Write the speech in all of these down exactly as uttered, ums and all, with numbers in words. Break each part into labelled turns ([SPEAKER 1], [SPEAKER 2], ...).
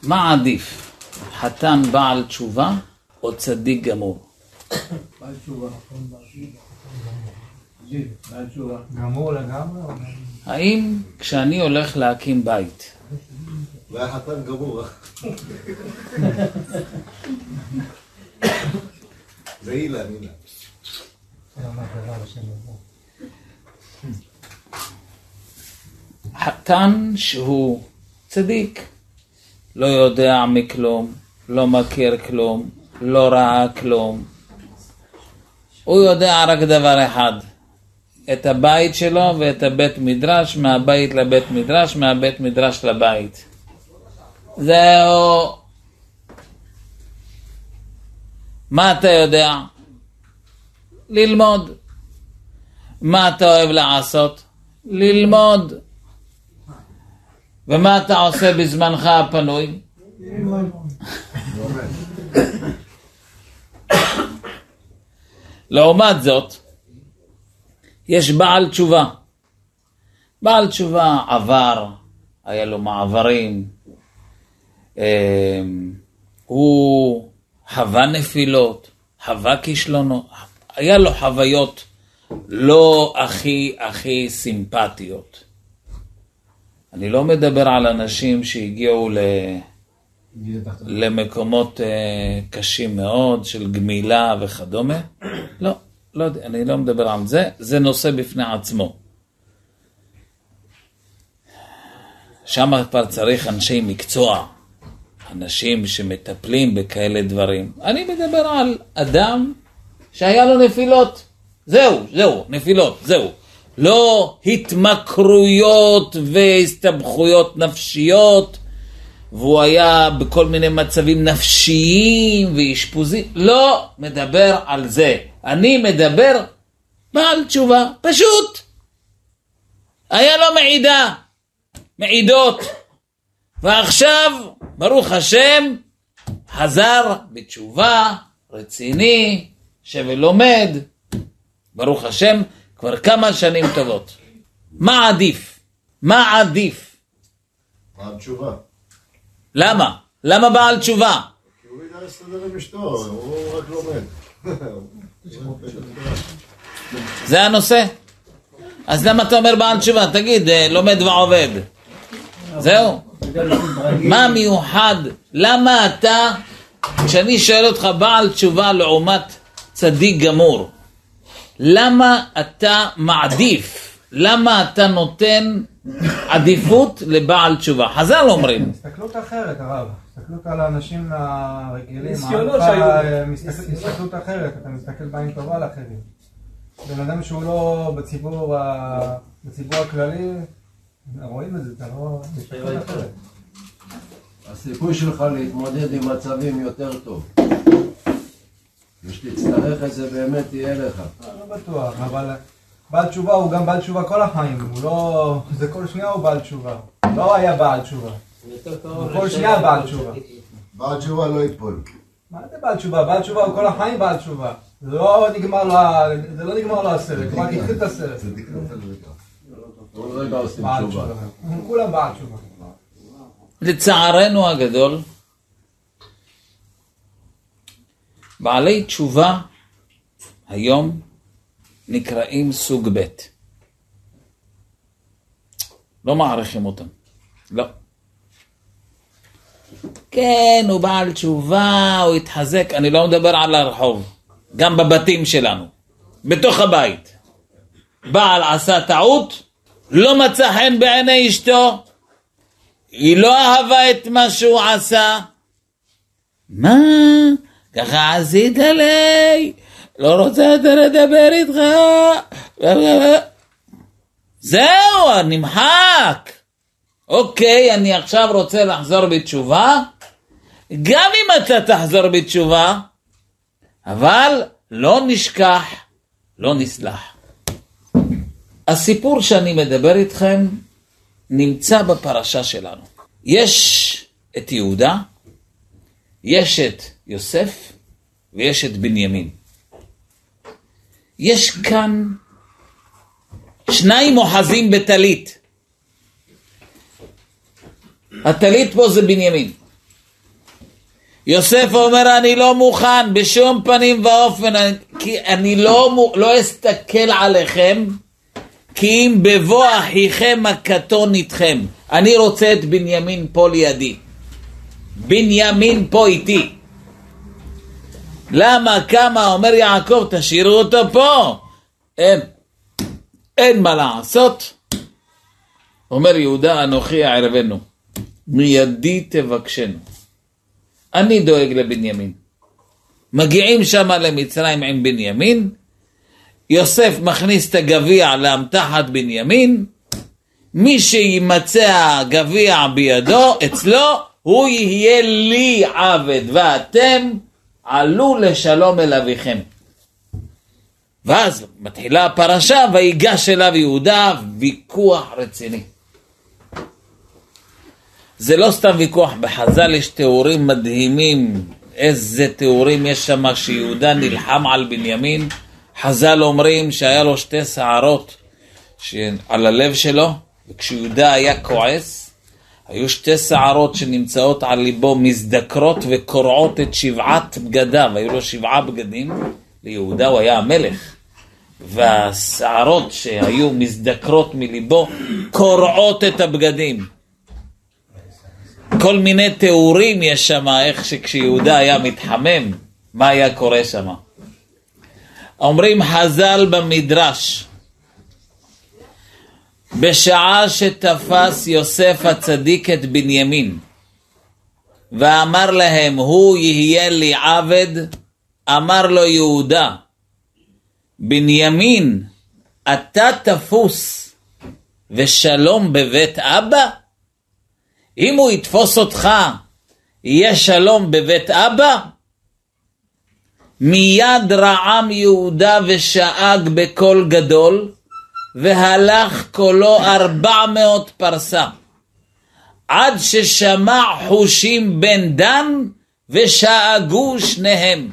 [SPEAKER 1] מה עדיף? חתן בעל תשובה או צדיק גמור?
[SPEAKER 2] בעל תשובה. בעל תשובה. גמור לגמרי?
[SPEAKER 1] האם כשאני הולך להקים בית
[SPEAKER 3] והחתן גמור. זה אילה, אילה.
[SPEAKER 1] חתן שהוא צדיק, לא יודע מכלום, לא מכיר כלום, לא ראה כלום, הוא יודע רק דבר אחד, את הבית שלו ואת הבית מדרש, מהבית לבית מדרש, מהבית מדרש לבית. זהו. מה אתה יודע? ללמוד. מה אתה אוהב לעשות? ללמוד. ומה אתה עושה בזמנך הפנוי? לעומת זאת, יש בעל תשובה. בעל תשובה עבר, היה לו מעברים, הוא חווה נפילות, חווה כישלונות, היה לו חוויות לא הכי הכי סימפטיות. אני לא מדבר על אנשים שהגיעו ל... למקומות קשים מאוד של גמילה וכדומה. לא, לא יודע, אני לא מדבר על זה, זה נושא בפני עצמו. שם כבר צריך אנשי מקצוע, אנשים שמטפלים בכאלה דברים. אני מדבר על אדם שהיה לו נפילות. זהו, זהו, נפילות, זהו. לא התמכרויות והסתבכויות נפשיות, והוא היה בכל מיני מצבים נפשיים ואשפוזים. לא מדבר על זה. אני מדבר בעל תשובה, פשוט. היה לו מעידה, מעידות. ועכשיו, ברוך השם, חזר בתשובה, רציני, שבלומד, ברוך השם, כבר כמה שנים טובות. מה עדיף? מה עדיף?
[SPEAKER 3] בעל תשובה.
[SPEAKER 1] למה? למה בעל תשובה?
[SPEAKER 3] כי הוא ידע לסדר עם אשתו, הוא רק לומד.
[SPEAKER 1] זה הנושא. אז למה אתה אומר בעל תשובה? תגיד, לומד ועובד. זהו. מה מיוחד? למה אתה, כשאני שואל אותך בעל תשובה לעומת צדיק גמור, למה אתה מעדיף? למה אתה נותן עדיפות לבעל תשובה? חז"ל אומרים.
[SPEAKER 2] הסתכלות אחרת, הרב. הסתכלות על האנשים הרגילים.
[SPEAKER 4] ניסיונות שהיו.
[SPEAKER 2] הסתכלות אחרת, אתה מסתכל בעין טובה לאחרים. בן אדם שהוא לא בציבור, בציבור הכללי, רואים את זה, אתה לא... הסתכלות אחרת.
[SPEAKER 5] הסיכוי שלך להתמודד עם מצבים יותר טוב. ושתצטרך את זה באמת יהיה לך.
[SPEAKER 2] לא בטוח, אבל בעל תשובה הוא גם בעל תשובה כל החיים. הוא לא... זה כל שנייה הוא בעל תשובה. לא היה בעל תשובה. הוא כל שנייה בעל תשובה.
[SPEAKER 3] בעל תשובה לא יתפול.
[SPEAKER 2] מה זה בעל תשובה? בעל תשובה הוא כל החיים בעל תשובה. זה לא נגמר לו, זה לא נגמר לו הסרט, הוא רק התחיל את הסרט.
[SPEAKER 5] כל רגע עושים תשובה.
[SPEAKER 2] הם כולם בעל תשובה.
[SPEAKER 1] לצערנו הגדול, בעלי תשובה היום נקראים סוג ב'. לא מעריכים אותם. לא. כן, הוא בעל תשובה, הוא התחזק. אני לא מדבר על הרחוב. גם בבתים שלנו. בתוך הבית. בעל עשה טעות, לא מצא חן בעיני אשתו, היא לא אהבה את מה שהוא עשה. מה? ככה עשית עליי? לא רוצה יותר לדבר איתך? זהו, נמחק. אוקיי, אני עכשיו רוצה לחזור בתשובה. גם אם אתה תחזור בתשובה, אבל לא נשכח, לא נסלח. הסיפור שאני מדבר איתכם נמצא בפרשה שלנו. יש את יהודה, יש את יוסף ויש את בנימין. יש כאן שניים אוחזים בטלית. הטלית פה זה בנימין. יוסף אומר, אני לא מוכן בשום פנים ואופן, כי אני לא, לא אסתכל עליכם, כי אם בבוא אחיכם הקטון איתכם. אני רוצה את בנימין פה לידי. בנימין פה איתי. למה? כמה? אומר יעקב, תשאירו אותו פה. אין. אין מה לעשות. אומר יהודה, אנוכי הערבנו. מידי תבקשנו. אני דואג לבנימין. מגיעים שם למצרים עם בנימין. יוסף מכניס את הגביע לאמתחת בנימין. מי שימצא הגביע בידו, אצלו, הוא יהיה לי עבד, ואתם עלו לשלום אל אביכם. ואז מתחילה הפרשה, ויגש אליו יהודה, ויכוח רציני. זה לא סתם ויכוח, בחז"ל יש תיאורים מדהימים, איזה תיאורים יש שם שיהודה נלחם על בנימין. חז"ל אומרים שהיה לו שתי שערות על הלב שלו, וכשיהודה היה כועס, היו שתי שערות שנמצאות על ליבו מזדקרות וקורעות את שבעת בגדיו. היו לו שבעה בגדים, ליהודה הוא היה המלך, והשערות שהיו מזדקרות מליבו קורעות את הבגדים. כל מיני תיאורים יש שם, איך שכשיהודה היה מתחמם, מה היה קורה שם. אומרים חז"ל במדרש, בשעה שתפס יוסף הצדיק את בנימין ואמר להם, הוא יהיה לי עבד, אמר לו יהודה, בנימין, אתה תפוס ושלום בבית אבא? אם הוא יתפוס אותך, יהיה שלום בבית אבא? מיד רעם יהודה ושאג בקול גדול, והלך קולו ארבע מאות פרסה, עד ששמע חושים בן דן, ושאגו שניהם.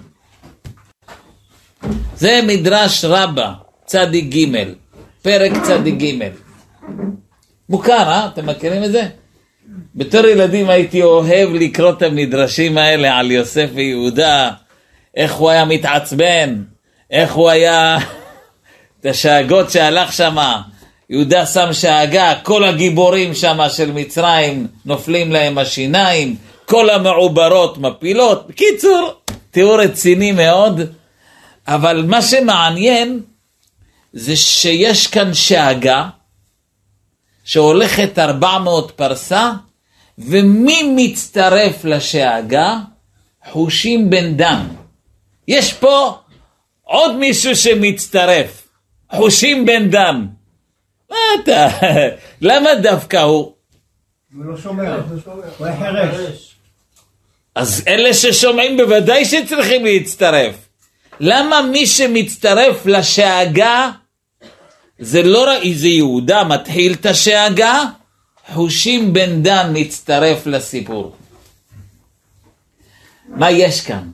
[SPEAKER 1] זה מדרש רבה, צדיק ג', פרק צדיק ג'. מוכר, אה? אתם מכירים את זה? בתור ילדים הייתי אוהב לקרוא את המדרשים האלה על יוסף ויהודה, איך הוא היה מתעצבן, איך הוא היה, את השאגות שהלך שם, יהודה שם שאגה, כל הגיבורים שם של מצרים נופלים להם השיניים, כל המעוברות מפילות. בקיצור, תיאור רציני מאוד, אבל מה שמעניין זה שיש כאן שאגה שהולכת ארבע מאות פרסה, ומי מצטרף לשאגה? חושים בן דן. יש פה עוד מישהו שמצטרף, חושים בן דן. מה אתה? למה דווקא הוא?
[SPEAKER 2] הוא לא שומע, הוא היה חרש.
[SPEAKER 1] אז אלה ששומעים בוודאי שצריכים להצטרף. למה מי שמצטרף לשאגה, זה לא ראי, זה יהודה מתחיל את השאגה, חושים בן דן מצטרף לסיפור. מה יש כאן?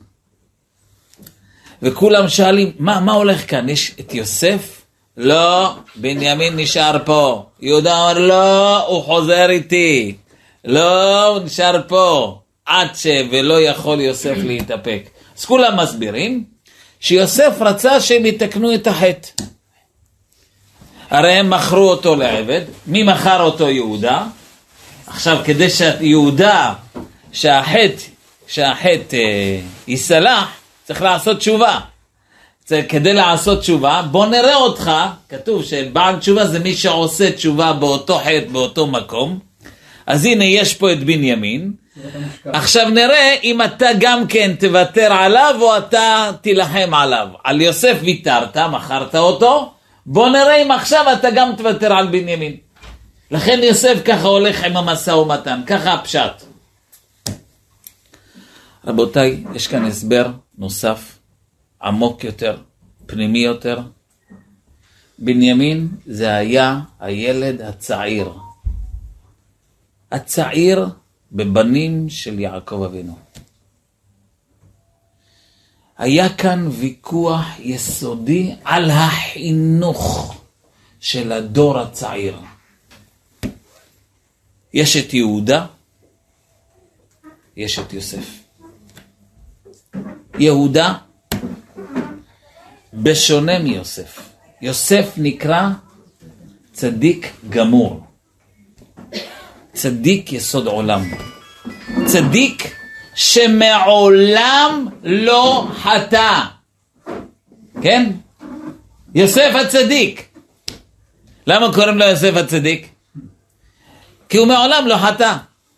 [SPEAKER 1] וכולם שואלים, מה, מה הולך כאן? יש את יוסף? לא, בנימין נשאר פה. יהודה אומר, לא, הוא חוזר איתי. לא, הוא נשאר פה. עד ש... ולא יכול יוסף להתאפק. אז כולם מסבירים שיוסף רצה שהם יתקנו את החטא. הרי הם מכרו אותו לעבד. מי מכר אותו? יהודה. עכשיו כדי שיהודה, שהחטא, שהחטא אה, יסלח, צריך לעשות תשובה. כדי לעשות תשובה, בוא נראה אותך, כתוב שבעל תשובה זה מי שעושה תשובה באותו חטא, באותו מקום. אז הנה יש פה את בנימין. עכשיו נראה אם אתה גם כן תוותר עליו או אתה תילחם עליו. על יוסף ויתרת, מכרת אותו, בוא נראה אם עכשיו אתה גם תוותר על בנימין. לכן יוסף ככה הולך עם המשא ומתן, ככה הפשט. רבותיי, יש כאן הסבר נוסף, עמוק יותר, פנימי יותר. בנימין זה היה הילד הצעיר. הצעיר בבנים של יעקב אבינו. היה כאן ויכוח יסודי על החינוך של הדור הצעיר. יש את יהודה, יש את יוסף. יהודה, בשונה מיוסף. יוסף נקרא צדיק גמור. צדיק יסוד עולם. צדיק שמעולם לא חטא. כן? יוסף הצדיק. למה קוראים לו יוסף הצדיק? כי הוא מעולם לא חטא.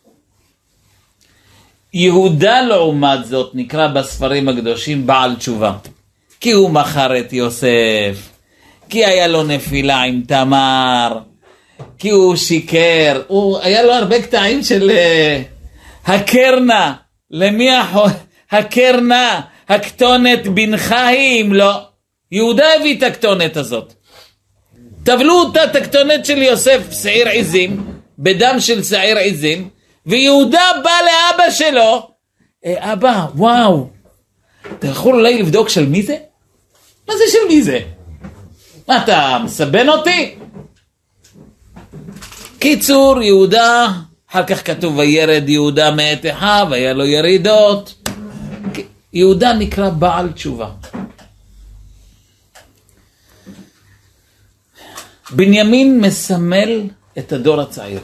[SPEAKER 1] יהודה לעומת זאת נקרא בספרים הקדושים בעל תשובה. כי הוא מכר את יוסף. כי היה לו נפילה עם תמר. כי הוא שיקר. הוא, היה לו הרבה קטעים של uh, הקרנה. למי הקרנה? הקטונת בנך היא אם לא. יהודה הביא את הקטונת הזאת. טבלו אותה את הקטונת של יוסף שעיר עזים. בדם של שעיר עזים. ויהודה בא לאבא שלו. אה, אבא, וואו. אתה יכול אולי לבדוק של מי זה? מה זה של מי זה? מה, אתה מסבן אותי? קיצור, יהודה, אחר כך כתוב וירד יהודה מאת אחיו, היה לו ירידות. יהודה נקרא בעל תשובה. בנימין מסמל את הדור הצעיר.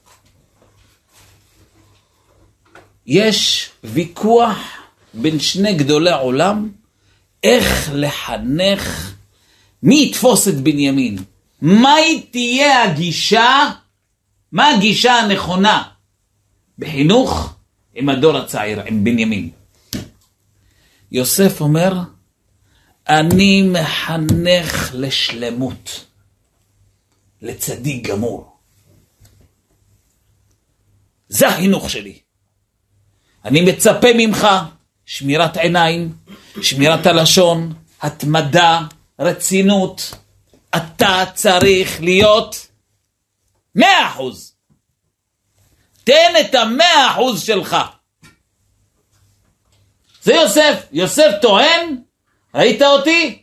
[SPEAKER 1] יש ויכוח בין שני גדולי עולם איך לחנך, מי יתפוס את בנימין, מהי תהיה הגישה, מה הגישה הנכונה בחינוך עם הדור הצעיר, עם בנימין. יוסף אומר, אני מחנך לשלמות, לצדיק גמור. זה החינוך שלי. אני מצפה ממך שמירת עיניים, שמירת הלשון, התמדה, רצינות. אתה צריך להיות מאה אחוז. תן את המאה אחוז שלך. זה יוסף. יוסף טוען, ראית אותי?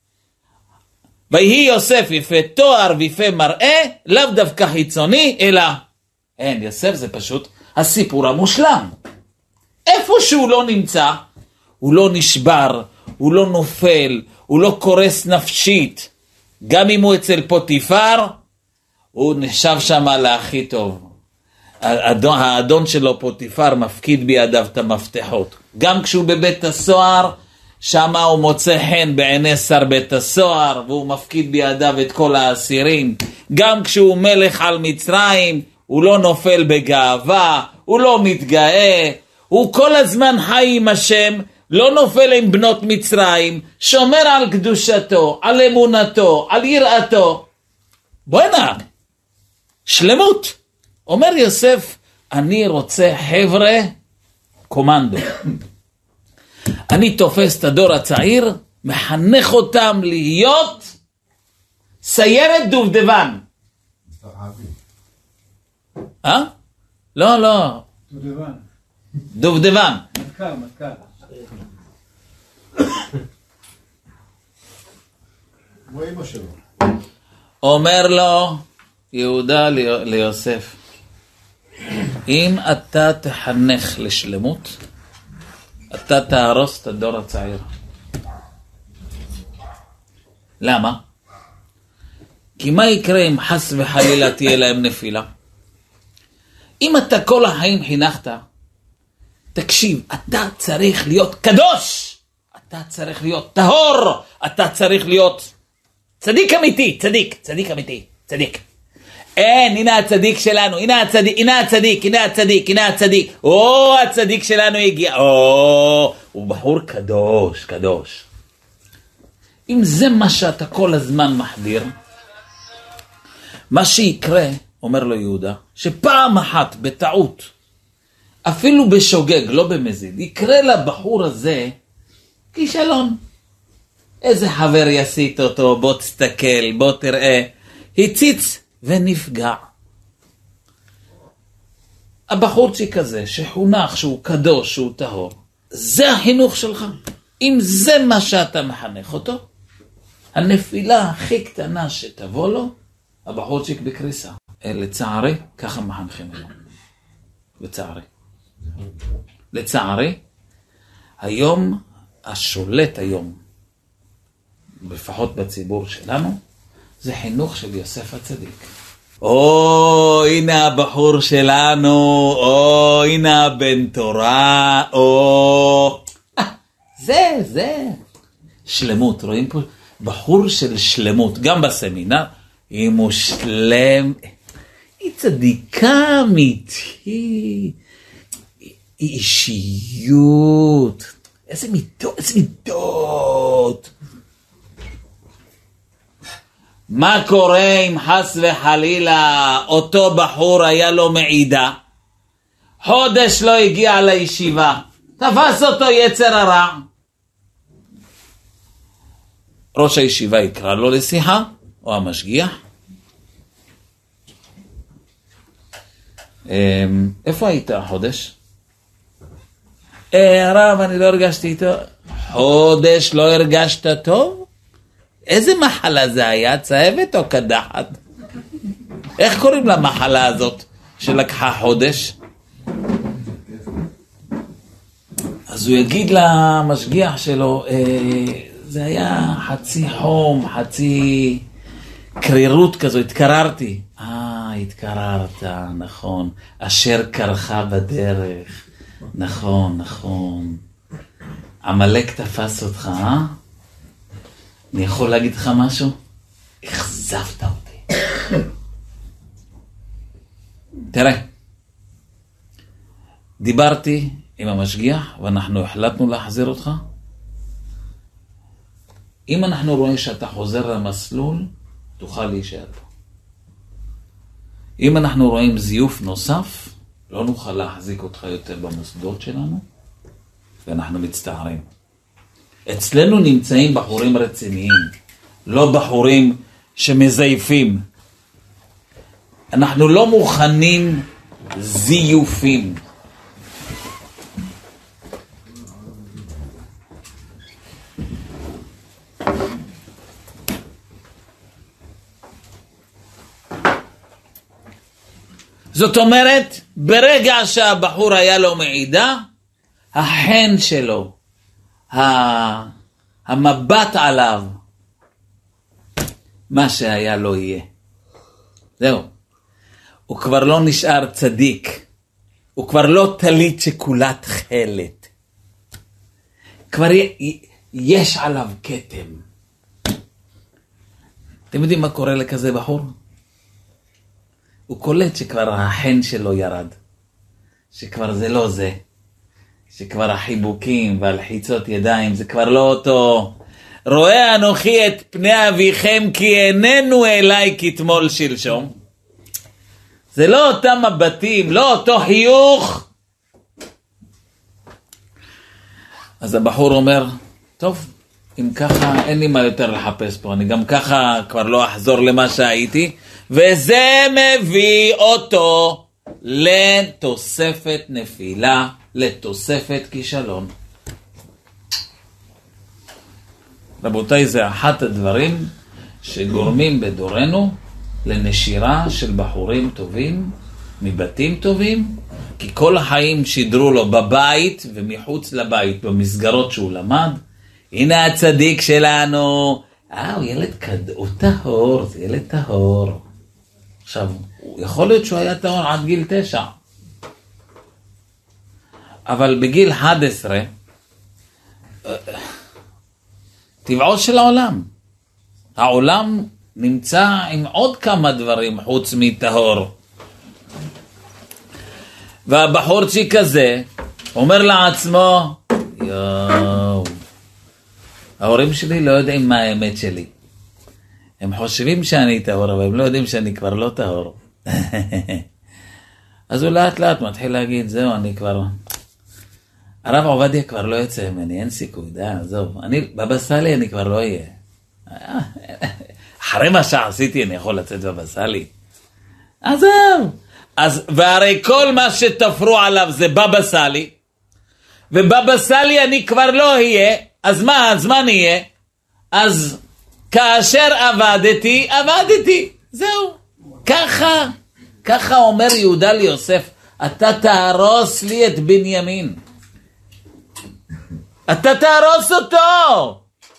[SPEAKER 1] ויהי יוסף יפה תואר ויפה מראה, לאו דווקא חיצוני, אלא אין, יוסף זה פשוט הסיפור המושלם. איפה שהוא לא נמצא, הוא לא נשבר, הוא לא נופל, הוא לא קורס נפשית. גם אם הוא אצל פוטיפר, הוא נחשב שם להכי טוב. האדון, האדון שלו פוטיפר מפקיד בידיו את המפתחות. גם כשהוא בבית הסוהר, שם הוא מוצא חן בעיני שר בית הסוהר, והוא מפקיד בידיו את כל האסירים. גם כשהוא מלך על מצרים, הוא לא נופל בגאווה, הוא לא מתגאה, הוא כל הזמן חי עם השם, לא נופל עם בנות מצרים, שומר על קדושתו, על אמונתו, על יראתו. בואנה, שלמות. אומר יוסף, אני רוצה חבר'ה קומנדו. אני תופס את הדור הצעיר, מחנך אותם להיות סיירת דובדבן. אה? לא, לא.
[SPEAKER 2] דובדבן.
[SPEAKER 1] דובדבן.
[SPEAKER 2] מטכ"ל, מטכ"ל.
[SPEAKER 3] כמו אמא שלו.
[SPEAKER 1] אומר לו יהודה ליוסף, אם אתה תחנך לשלמות, אתה תהרוס את הדור הצעיר. למה? כי מה יקרה אם חס וחלילה תהיה להם נפילה? אם אתה כל החיים חינכת, תקשיב, אתה צריך להיות קדוש, אתה צריך להיות טהור, אתה צריך להיות צדיק אמיתי, צדיק, צדיק אמיתי, צדיק. אין, הנה הצדיק שלנו, הנה הצדיק, הנה הצדיק, הנה הצדיק, הנה הצדיק. או, הצדיק שלנו הגיע. או, הוא בחור קדוש, קדוש. אם זה מה שאתה כל הזמן מחדיר, מה שיקרה, אומר לו יהודה, שפעם אחת בטעות, אפילו בשוגג, לא במזיד, יקרה לבחור הזה כישלון. איזה חבר יסיט אותו, בוא תסתכל, בוא תראה. הציץ ונפגע. הבחורצ'יק הזה שחונך שהוא קדוש, שהוא טהור, זה החינוך שלך. אם זה מה שאתה מחנך אותו, הנפילה הכי קטנה שתבוא לו, הבחורצ'יק בקריסה. לצערי, ככה מחנכים היום. לצערי. לצערי, היום השולט היום, לפחות בציבור שלנו, זה חינוך של יוסף הצדיק. או, הנה הבחור שלנו, או, הנה הבן תורה, או... זה, זה. שלמות, רואים פה? בחור של שלמות, גם בסמינר, היא מושלם, היא צדיקה אמיתי, היא אישיות, איזה מידות, איזה מידות. מה קורה אם חס וחלילה אותו בחור היה לו מעידה, חודש לא הגיע לישיבה, תפס אותו יצר הרע, ראש הישיבה יקרא לו לשיחה, או המשגיח. איפה היית החודש? אה, הרב, אני לא הרגשתי איתו. חודש לא הרגשת טוב? איזה מחלה זה היה? צהבת או קדחת? איך קוראים למחלה הזאת שלקחה חודש? אז הוא יגיד למשגיח שלו, אה, זה היה חצי חום, חצי קרירות כזו, התקררתי. אה, התקררת, נכון. אשר קרחה בדרך. נכון, נכון. עמלק תפס אותך, אה? אני יכול להגיד לך משהו? אכזבת אותי. תראה, דיברתי עם המשגיח ואנחנו החלטנו להחזיר אותך. אם אנחנו רואים שאתה חוזר למסלול, תוכל להישאר פה. אם אנחנו רואים זיוף נוסף, לא נוכל להחזיק אותך יותר במוסדות שלנו, ואנחנו מצטערים. אצלנו נמצאים בחורים רציניים, לא בחורים שמזייפים. אנחנו לא מוכנים זיופים. זאת אומרת, ברגע שהבחור היה לו מעידה, החן שלו, המבט עליו, מה שהיה לו יהיה. זהו. הוא כבר לא נשאר צדיק. הוא כבר לא תלית שכולת חלת. כבר יש עליו כתם. אתם יודעים מה קורה לכזה בחור? הוא קולט שכבר החן שלו ירד. שכבר זה לא זה. שכבר החיבוקים והלחיצות ידיים זה כבר לא אותו. רואה אנוכי את פני אביכם כי איננו אליי כתמול שלשום. זה לא אותם מבטים, לא אותו חיוך. אז הבחור אומר, טוב, אם ככה אין לי מה יותר לחפש פה, אני גם ככה כבר לא אחזור למה שהייתי, וזה מביא אותו לתוספת נפילה, לתוספת כישלון. רבותיי, זה אחת הדברים שגורמים בדורנו לנשירה של בחורים טובים, מבתים טובים, כי כל החיים שידרו לו בבית ומחוץ לבית, במסגרות שהוא למד. הנה הצדיק שלנו, אה, הוא ילד כד... הוא טהור, זה ילד טהור. עכשיו, יכול להיות שהוא היה טהור עד גיל תשע. אבל בגיל אחד עשרה, טבעו של העולם. העולם נמצא עם עוד כמה דברים חוץ מטהור. והבחורצ'יק כזה אומר לעצמו, יואו, ההורים שלי לא יודעים מה האמת שלי. הם חושבים שאני טהור, אבל הם לא יודעים שאני כבר לא טהור. אז הוא לאט לאט מתחיל להגיד, זהו, אני כבר... הרב עובדיה כבר לא יוצא ממני, אין סיכוי, די, עזוב. אני, בבא סאלי אני כבר לא אהיה. אחרי מה שעשיתי אני יכול לצאת בבא סאלי. עזוב. אז, והרי כל מה שתפרו עליו זה בבא סאלי, ובבא סאלי אני כבר לא אהיה, אז מה, אז מה נהיה? אז כאשר עבדתי, עבדתי. זהו. ככה, ככה אומר יהודה ליוסף, אתה תהרוס לי את בנימין. אתה תהרוס אותו.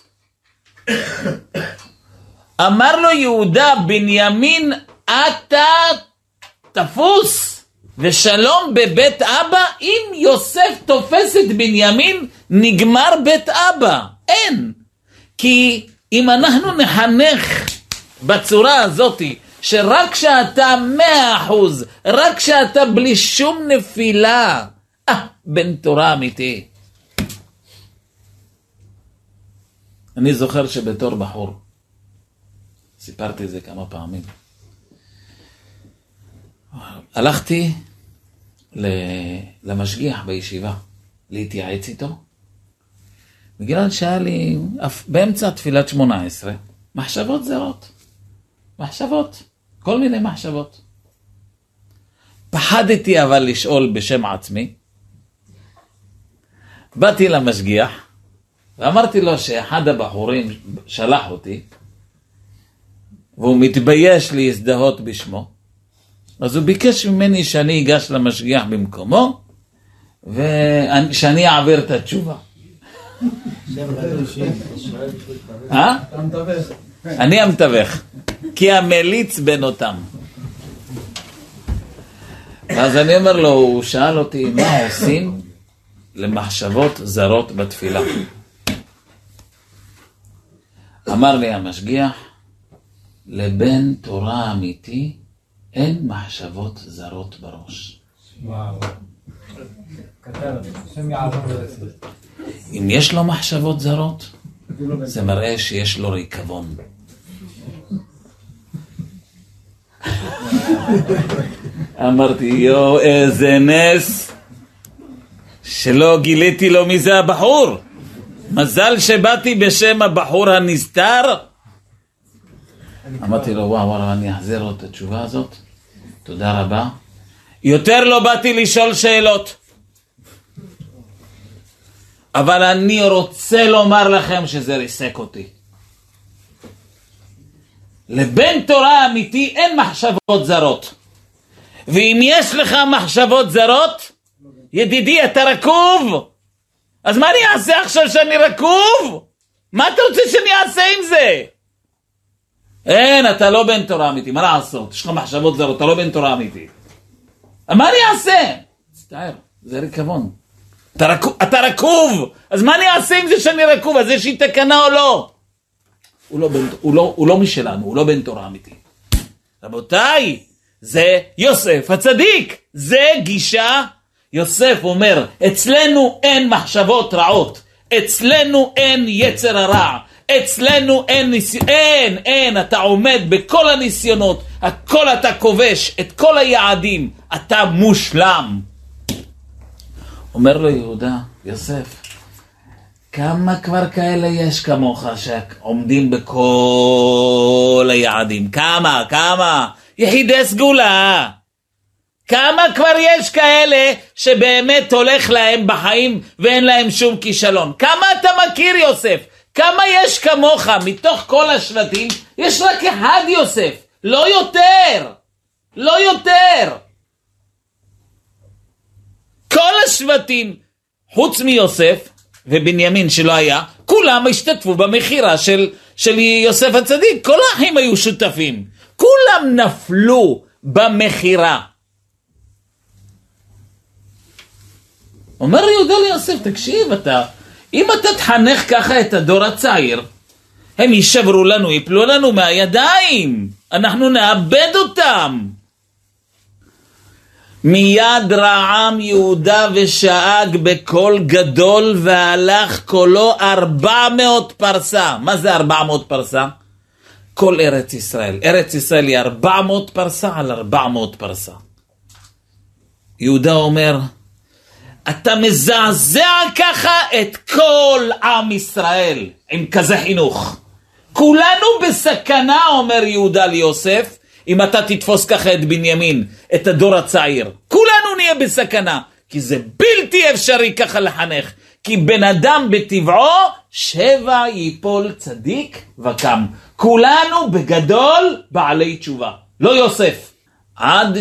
[SPEAKER 1] אמר לו יהודה, בנימין אתה תפוס ושלום בבית אבא. אם יוסף תופס את בנימין נגמר בית אבא. אין. כי אם אנחנו נחנך בצורה הזאת שרק שאתה מאה אחוז, רק שאתה בלי שום נפילה, אה, בן תורה אמיתי. אני זוכר שבתור בחור, סיפרתי את זה כמה פעמים, הלכתי למשגיח בישיבה להתייעץ איתו, בגלל שהיה לי באמצע תפילת שמונה עשרה מחשבות זרות, מחשבות, כל מיני מחשבות. פחדתי אבל לשאול בשם עצמי. באתי למשגיח ואמרתי לו שאחד הבחורים שלח אותי והוא מתבייש להזדהות בשמו, אז הוא ביקש ממני שאני אגש למשגיח במקומו ושאני אעביר את התשובה. אה? אני המתווך, כי המליץ בין אותם. אז אני אומר לו, הוא שאל אותי מה עושים למחשבות זרות בתפילה. אמר לי המשגיח, לבן תורה אמיתי אין מחשבות זרות בראש.
[SPEAKER 2] וואו. קטן, השם יעזור לזה.
[SPEAKER 1] אם יש לו מחשבות זרות, זה מראה שיש לו ריקבון. אמרתי, יו, איזה נס שלא גיליתי לו מי זה הבחור. מזל שבאתי בשם הבחור הנסתר. אמרתי לו, וואו, וואו, אני אחזיר לו את התשובה הזאת. תודה רבה. יותר לא באתי לשאול שאלות. אבל אני רוצה לומר לכם שזה ריסק אותי. לבן תורה אמיתי אין מחשבות זרות. ואם יש לך מחשבות זרות, ידידי, אתה רקוב. אז מה אני אעשה עכשיו שאני רקוב? מה אתה רוצה שאני אעשה עם זה? אין, אתה לא בן תורה אמיתי. מה לעשות? יש לך מחשבות זרות, אתה לא בן תורה אמיתי. מה אני אעשה? תצטער, זה ריקבון. אתה רקוב, אתה רקוב. אז מה אני אעשה עם זה שאני רקוב? אז יש לי תקנה או לא? הוא לא, בן, הוא, לא, הוא לא משלנו, הוא לא בן תורה אמיתי. רבותיי, זה יוסף הצדיק. זה גישה. יוסף אומר, אצלנו אין מחשבות רעות. אצלנו אין יצר הרע. אצלנו אין ניסיון. אין, אין, אתה עומד בכל הניסיונות. הכל אתה כובש, את כל היעדים. אתה מושלם. אומר לו יהודה, יוסף, כמה כבר כאלה יש כמוך שעומדים בכל היעדים? כמה, כמה? יחידי סגולה. כמה כבר יש כאלה שבאמת הולך להם בחיים ואין להם שום כישלון? כמה אתה מכיר יוסף? כמה יש כמוך? מתוך כל השבטים יש רק אחד יוסף, לא יותר, לא יותר. כל השבטים, חוץ מיוסף ובנימין שלא היה, כולם השתתפו במחירה של, של יוסף הצדיק. כל האחים היו שותפים. כולם נפלו במחירה. אומר יהודה ליוסף, תקשיב אתה, אם אתה תחנך ככה את הדור הצעיר, הם יישברו לנו, יפלו לנו מהידיים. אנחנו נאבד אותם. מיד רעם יהודה ושאג בקול גדול והלך קולו ארבע מאות פרסה. מה זה ארבע מאות פרסה? כל ארץ ישראל. ארץ ישראל היא ארבע מאות פרסה על ארבע מאות פרסה. יהודה אומר, אתה מזעזע ככה את כל עם ישראל עם כזה חינוך. כולנו בסכנה, אומר יהודה ליוסף, אם אתה תתפוס ככה את בנימין, את הדור הצעיר. כולנו נהיה בסכנה, כי זה בלתי אפשרי ככה לחנך. כי בן אדם בטבעו, שבע ייפול צדיק וקם. כולנו בגדול בעלי תשובה. לא יוסף. עד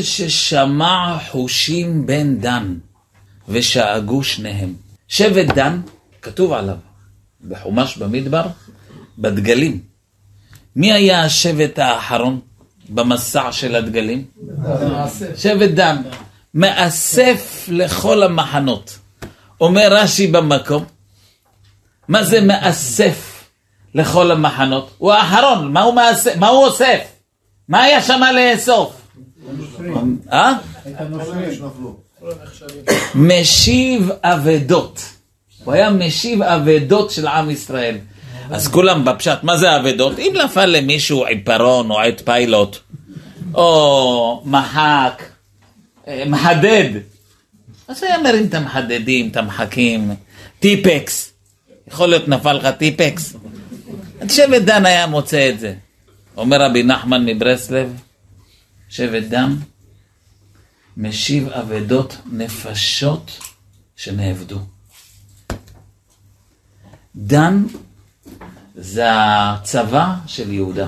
[SPEAKER 1] ששמע חושים בן דן, ושאגו שניהם. שבט דן כתוב עליו, בחומש במדבר, בדגלים. מי היה השבט האחרון במסע של הדגלים? שבט דן. מאסף לכל המחנות. אומר רש"י במקום, מה זה מאסף לכל המחנות? הוא האחרון, מה הוא מאסף? מה הוא אוסף? מה היה שם לאסוף? אה? משיב אבדות. הוא היה משיב אבדות של עם ישראל. אז כולם בפשט, מה זה אבדות? אם נפל למישהו עיפרון או עט פיילוט או מחק, מחדד, אז היה מרים את המחדדים, את המחקים, טיפקס, יכול להיות נפל לך טיפקס. שבט דן היה מוצא את זה. אומר רבי נחמן מברסלב, שבט דן משיב אבדות נפשות שנעבדו. דן זה הצבא של יהודה.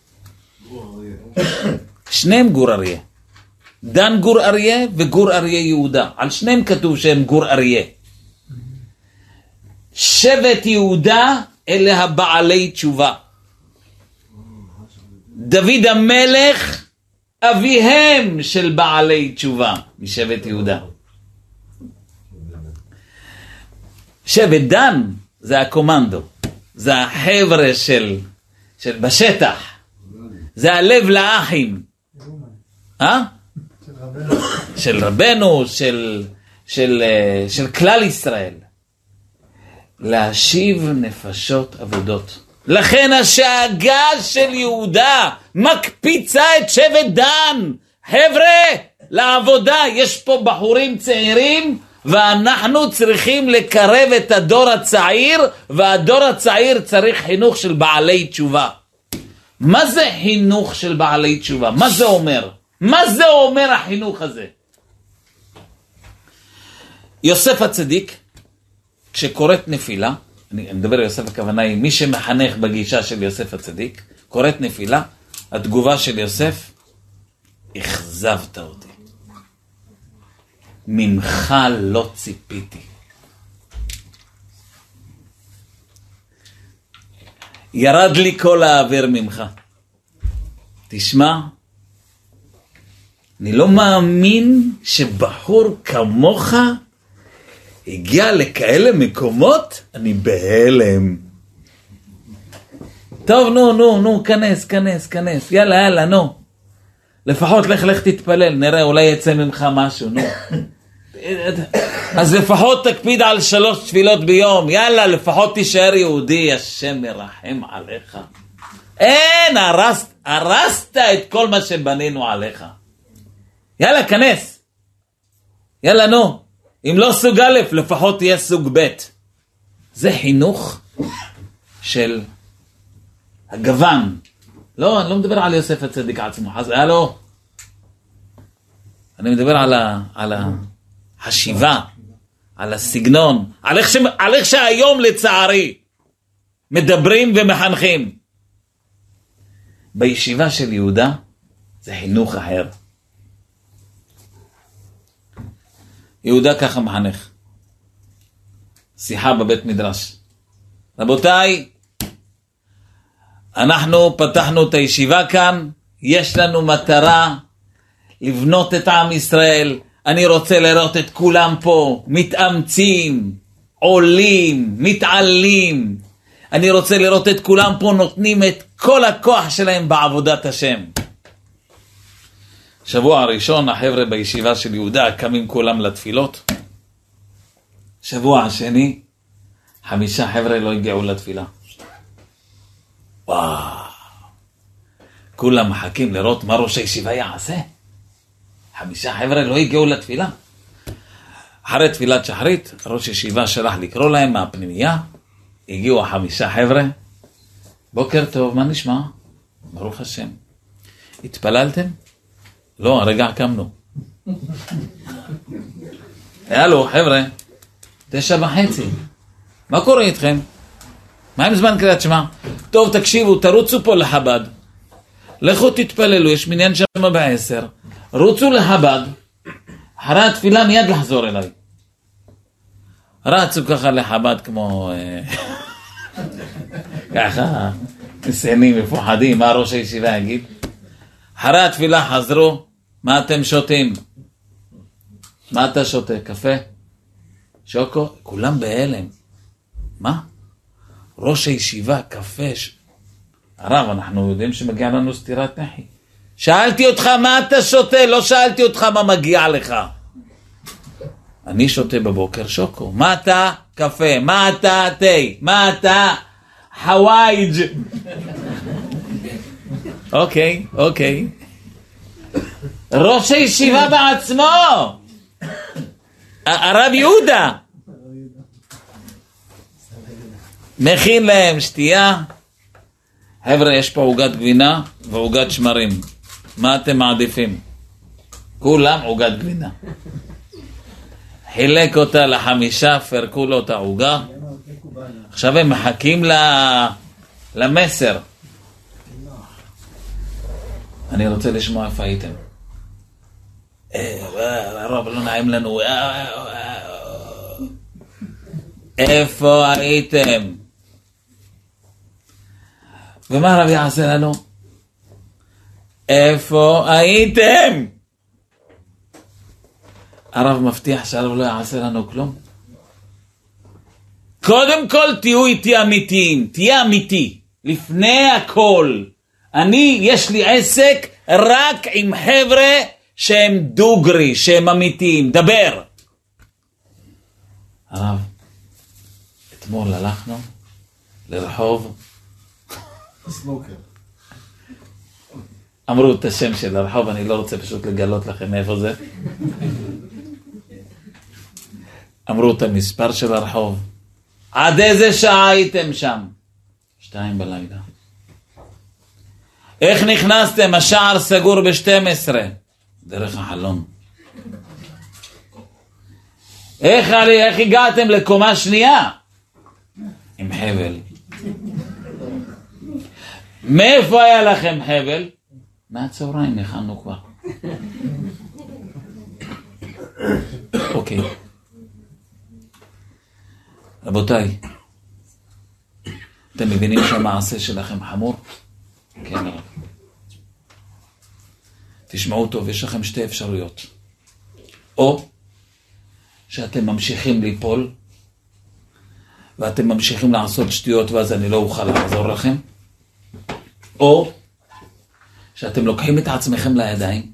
[SPEAKER 1] שניהם גור אריה. דן גור אריה וגור אריה יהודה. על שניהם כתוב שהם גור אריה. שבט יהודה אלה הבעלי תשובה. דוד המלך אביהם של בעלי תשובה משבט יהודה. שבט דן זה הקומנדו, זה החבר'ה של, של בשטח, זה הלב לאחים. אה? של רבנו, של, של, של כלל ישראל. להשיב נפשות עבודות. לכן השאגה של יהודה מקפיצה את שבט דן. חבר'ה, לעבודה. יש פה בחורים צעירים, ואנחנו צריכים לקרב את הדור הצעיר, והדור הצעיר צריך חינוך של בעלי תשובה. מה זה חינוך של בעלי תשובה? מה זה אומר? מה זה אומר החינוך הזה? יוסף הצדיק, כשקוראת נפילה, אני מדבר על יוסף, הכוונה היא מי שמחנך בגישה של יוסף הצדיק, קוראת נפילה, התגובה של יוסף, אכזבת אותי. ממך לא ציפיתי. ירד לי כל האוויר ממך. תשמע, אני לא מאמין שבחור כמוך הגיע לכאלה מקומות, אני בהלם. טוב, נו, נו, נו, כנס, כנס, כנס, יאללה, יאללה, נו. לפחות לך, לך תתפלל, נראה, אולי יצא ממך משהו, נו. אז לפחות תקפיד על שלוש תפילות ביום, יאללה, לפחות תישאר יהודי, השם ירחם עליך. אין, הרסת, הרסת את כל מה שבנינו עליך. יאללה, כנס. יאללה, נו. אם לא סוג א', לפחות תהיה סוג ב'. זה חינוך של הגוון. לא, אני לא מדבר על יוסף הצדיק עצמו. אז הלו. אני מדבר על ה, על החשיבה, על הסגנון, על איך, ש, על איך שהיום לצערי מדברים ומחנכים. בישיבה של יהודה זה חינוך אחר. יהודה ככה מחנך. שיחה בבית מדרש. רבותיי, אנחנו פתחנו את הישיבה כאן, יש לנו מטרה לבנות את עם ישראל. אני רוצה לראות את כולם פה, מתאמצים, עולים, מתעלים. אני רוצה לראות את כולם פה נותנים את כל הכוח שלהם בעבודת השם. שבוע הראשון, החבר'ה בישיבה של יהודה קמים כולם לתפילות. שבוע השני, חמישה חבר'ה לא הגיעו לתפילה. וואו. כולם מחכים לראות מה ראש הישיבה יעשה. חמישה חבר'ה לא הגיעו לתפילה. אחרי תפילת שחרית, ראש הישיבה שלח לקרוא להם מהפנימייה. הגיעו החמישה חבר'ה. בוקר טוב, מה נשמע? ברוך השם. התפללתם? לא, הרגע קמנו. הלו, חבר'ה, תשע וחצי. מה קורה איתכם? מה עם זמן קריאת שמע? טוב, תקשיבו, תרוצו פה לחב"ד. לכו תתפללו, יש מניין שם בעשר. רוצו לחב"ד. אחרי התפילה מיד לחזור אליי. רצו ככה לחב"ד כמו... ככה, מסענים, מפוחדים, מה ראש הישיבה יגיד? אחרי התפילה חזרו, מה אתם שותים? מה אתה שותה? קפה? שוקו? כולם בהלם. מה? ראש הישיבה, קפה. ש... הרב, אנחנו יודעים שמגיע לנו סתירת נחי. שאלתי אותך מה אתה שותה, לא שאלתי אותך מה מגיע לך. אני שותה בבוקר שוקו. מה אתה? קפה. מה אתה? תה. מה אתה? חווייג'. אוקיי, אוקיי. ראש הישיבה בעצמו. הרב יהודה. מכין להם שתייה. חבר'ה, יש פה עוגת גבינה ועוגת שמרים. מה אתם מעדיפים? כולם עוגת גבינה. חילק אותה לחמישה, פרקו לו את העוגה. עכשיו הם מחכים למסר. אני רוצה לשמוע איפה הייתם. הרב, לא נעים לנו. איפה הייתם? ומה הרב יעשה לנו? איפה הייתם? הרב מבטיח שהרב לא יעשה לנו כלום. קודם כל תהיו איתי אמיתיים, תהיה אמיתי. לפני הכל, אני, יש לי עסק רק עם חבר'ה שהם דוגרי, שהם אמיתיים. דבר. הרב, אתמול הלכנו לרחוב,
[SPEAKER 3] סמוקר.
[SPEAKER 1] אמרו את השם של הרחוב, אני לא רוצה פשוט לגלות לכם איפה זה. אמרו את המספר של הרחוב. עד איזה שעה הייתם שם? שתיים בלילה. איך נכנסתם? השער סגור ב-שתים עשרה. דרך החלום. איך, איך הגעתם לקומה שנייה? עם חבל. מאיפה היה לכם חבל? מהצהריים הכנו כבר. אוקיי. רבותיי, אתם מבינים שהמעשה שלכם חמור? כן, רב. תשמעו טוב, יש לכם שתי אפשרויות. או שאתם ממשיכים ליפול, ואתם ממשיכים לעשות שטויות, ואז אני לא אוכל לעזור לכם. או שאתם לוקחים את עצמכם לידיים,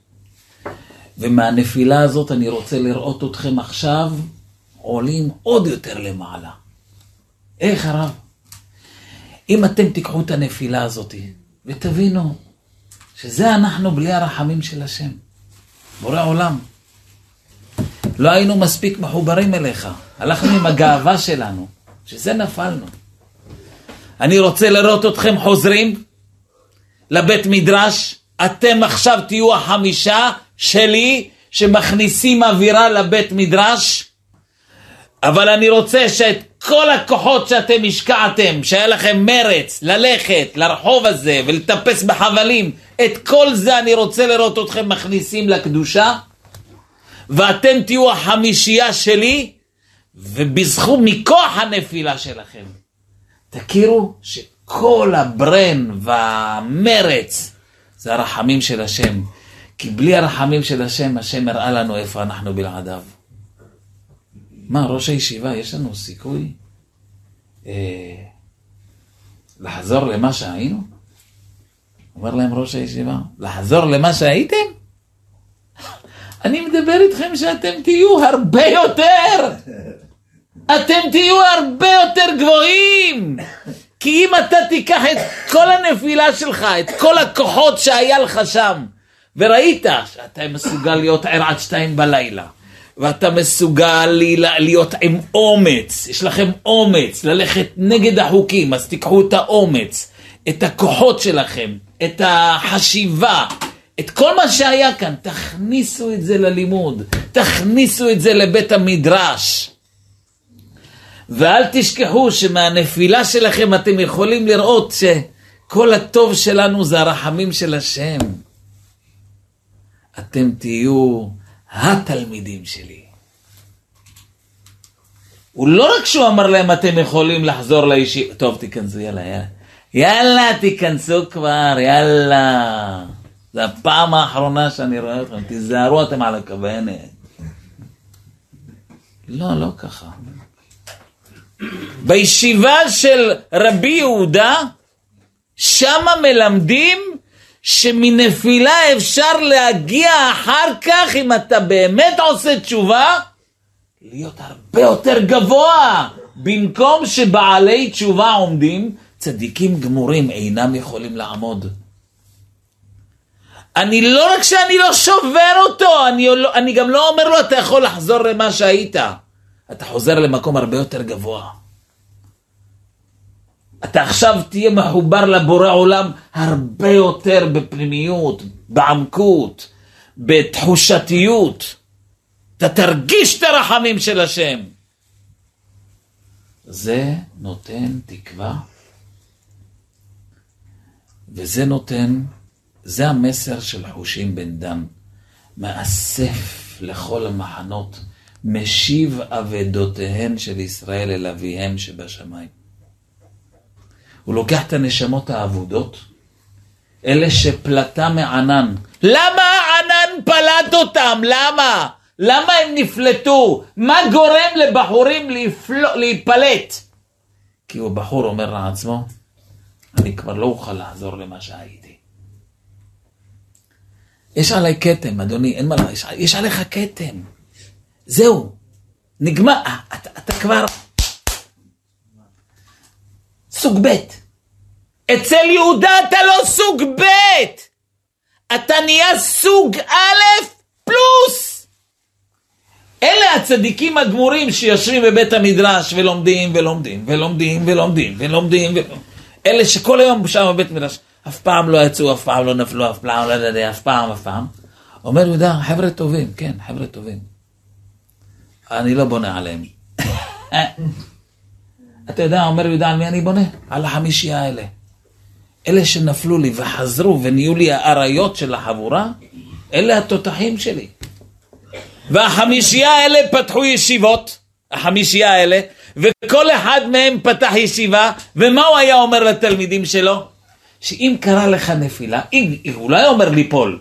[SPEAKER 1] ומהנפילה הזאת אני רוצה לראות אתכם עכשיו עולים עוד יותר למעלה. איך הרב? אם אתם תיקחו את הנפילה הזאת ותבינו שזה אנחנו בלי הרחמים של השם, בורא עולם, לא היינו מספיק מחוברים אליך, הלכנו עם הגאווה שלנו, שזה נפלנו. אני רוצה לראות אתכם חוזרים לבית מדרש. אתם עכשיו תהיו החמישה שלי שמכניסים אווירה לבית מדרש, אבל אני רוצה שאת כל הכוחות שאתם השקעתם, שהיה לכם מרץ ללכת לרחוב הזה ולטפס בחבלים, את כל זה אני רוצה לראות אתכם מכניסים לקדושה, ואתם תהיו החמישייה שלי, ובזכות מכוח הנפילה שלכם תכירו שכל הברן והמרץ זה הרחמים של השם, כי בלי הרחמים של השם, השם הראה לנו איפה אנחנו בלעדיו. מה, ראש הישיבה, יש לנו סיכוי אה, לחזור למה שהיינו? אומר להם ראש הישיבה, לחזור למה שהייתם? אני מדבר איתכם שאתם תהיו הרבה יותר. אתם תהיו הרבה יותר גבוהים. כי אם אתה תיקח את כל הנפילה שלך, את כל הכוחות שהיה לך שם, וראית שאתה מסוגל להיות ער עד שתיים בלילה, ואתה מסוגל להיות עם אומץ, יש לכם אומץ ללכת נגד החוקים, אז תיקחו את האומץ, את הכוחות שלכם, את החשיבה, את כל מה שהיה כאן, תכניסו את זה ללימוד, תכניסו את זה לבית המדרש. ואל תשכחו שמהנפילה שלכם אתם יכולים לראות שכל הטוב שלנו זה הרחמים של השם. אתם תהיו התלמידים שלי. הוא לא רק שהוא אמר להם, אתם יכולים לחזור לישיבה, טוב תיכנסו, יאללה, יאללה, יאללה תיכנסו כבר, יאללה, זה הפעם האחרונה שאני רואה אתכם, תיזהרו אתם על הכוונת. לא, לא ככה. בישיבה של רבי יהודה, שמה מלמדים שמנפילה אפשר להגיע אחר כך, אם אתה באמת עושה תשובה, להיות הרבה יותר גבוה. במקום שבעלי תשובה עומדים, צדיקים גמורים אינם יכולים לעמוד. אני לא רק שאני לא שובר אותו, אני, לא, אני גם לא אומר לו, אתה יכול לחזור למה שהיית. אתה חוזר למקום הרבה יותר גבוה. אתה עכשיו תהיה מחובר לבורא עולם הרבה יותר בפנימיות, בעמקות, בתחושתיות. אתה תרגיש את הרחמים של השם. זה נותן תקווה. וזה נותן, זה המסר של חושים בן דן. מאסף לכל המחנות, משיב אבדותיהן של ישראל אל אביהם שבשמיים. הוא לוקח את הנשמות העבודות, אלה שפלטה מענן. למה הענן פלט אותם? למה? למה הם נפלטו? מה גורם לבחורים להפל... להיפלט? כי הוא בחור אומר לעצמו, אני כבר לא אוכל לחזור למה שהייתי. יש עליי כתם, אדוני, אין מה לה, יש, יש עליך כתם. זהו, נגמר, אתה, אתה כבר סוג ב'. אצל יהודה אתה לא סוג ב', אתה נהיה סוג א' פלוס. אלה הצדיקים הגמורים שיושבים בבית המדרש ולומדים ולומדים ולומדים ולומדים ולומדים ולומדים. אלה שכל היום שם בבית המדרש, אף פעם לא יצאו, אף פעם לא נפלו, אף פעם לא יודע, אף פעם, אף פעם. אומר יהודה, חבר'ה טובים, כן, חבר'ה טובים. אני לא בונה עליהם. אתה יודע, אומר יהודה, על מי אני בונה? על החמישייה האלה. אלה שנפלו לי וחזרו ונהיו לי האריות של החבורה, אלה התותחים שלי. והחמישייה האלה פתחו ישיבות, החמישייה האלה, וכל אחד מהם פתח ישיבה, ומה הוא היה אומר לתלמידים שלו? שאם קרה לך נפילה, אם, הוא לא היה אומר ליפול,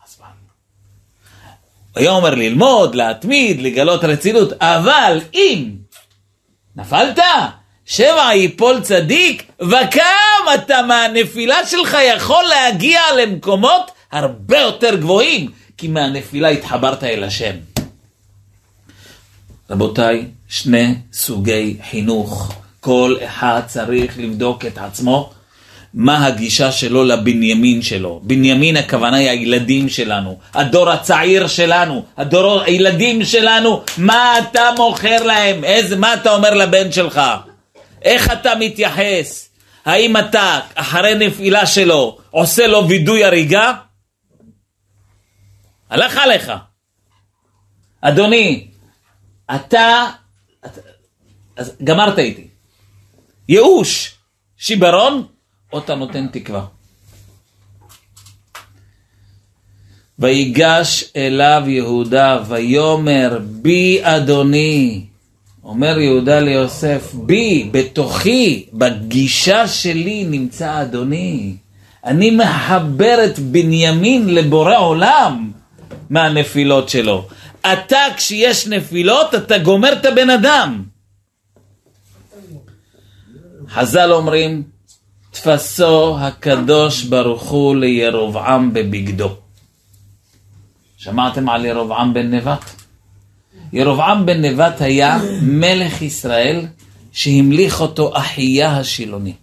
[SPEAKER 1] הוא היה אומר ללמוד, להתמיד, לגלות רצינות, אבל אם נפלת, שבע ייפול צדיק, וכמה אתה מהנפילה שלך יכול להגיע למקומות הרבה יותר גבוהים, כי מהנפילה התחברת אל השם. רבותיי, שני סוגי חינוך, כל אחד צריך לבדוק את עצמו, מה הגישה שלו לבנימין שלו. בנימין הכוונה היא הילדים שלנו, הדור הצעיר שלנו, הדור הילדים שלנו. מה אתה מוכר להם? איזה, מה אתה אומר לבן שלך? איך אתה מתייחס? האם אתה אחרי נפילה שלו עושה לו וידוי הריגה? הלך עליך. אדוני, אתה, אתה אז גמרת איתי. ייאוש, שיברון, או אתה נותן תקווה. ויגש אליו יהודה ויומר בי אדוני. אומר יהודה ליוסף, בי, בתוכי, בגישה שלי נמצא אדוני. אני מחבר את בנימין לבורא עולם מהנפילות שלו. אתה כשיש נפילות אתה גומר את הבן אדם. חז"ל אומרים, תפסו הקדוש ברוך הוא לירבעם בבגדו. שמעתם על ירבעם בן נבט? ירבעם בן נבט היה מלך ישראל שהמליך אותו אחיה השילוני.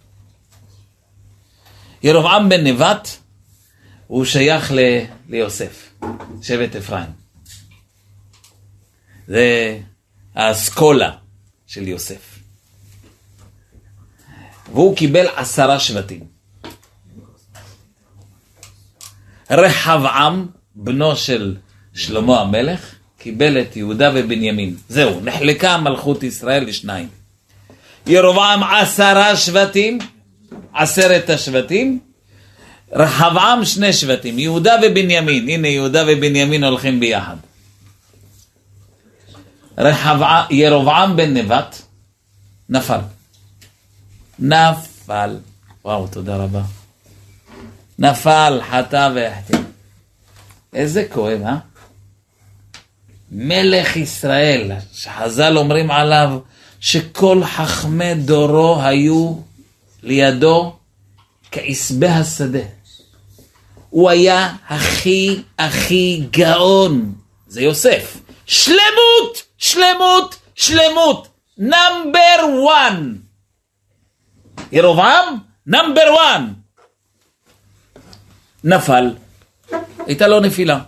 [SPEAKER 1] ירבעם בן נבט הוא שייך ל- ליוסף, שבט אפרים. זה האסכולה של יוסף. והוא קיבל עשרה שבטים. רחבעם, בנו של שלמה המלך, קיבל את יהודה ובנימין. זהו, נחלקה מלכות ישראל לשניים. ירבעם עשרה שבטים, עשרת השבטים. רחבעם שני שבטים, יהודה ובנימין. הנה יהודה ובנימין הולכים ביחד. רחבעם, ירבעם בן נבט, נפל. נפל. וואו, תודה רבה. נפל, חטא והחטא. איזה כואב, אה? מלך ישראל, שחז"ל אומרים עליו, שכל חכמי דורו היו לידו כעשבי השדה. הוא היה הכי הכי גאון. זה יוסף. שלמות, שלמות, שלמות. נאמבר וואן. ירבעם, נאמבר וואן. נפל. הייתה לו נפילה.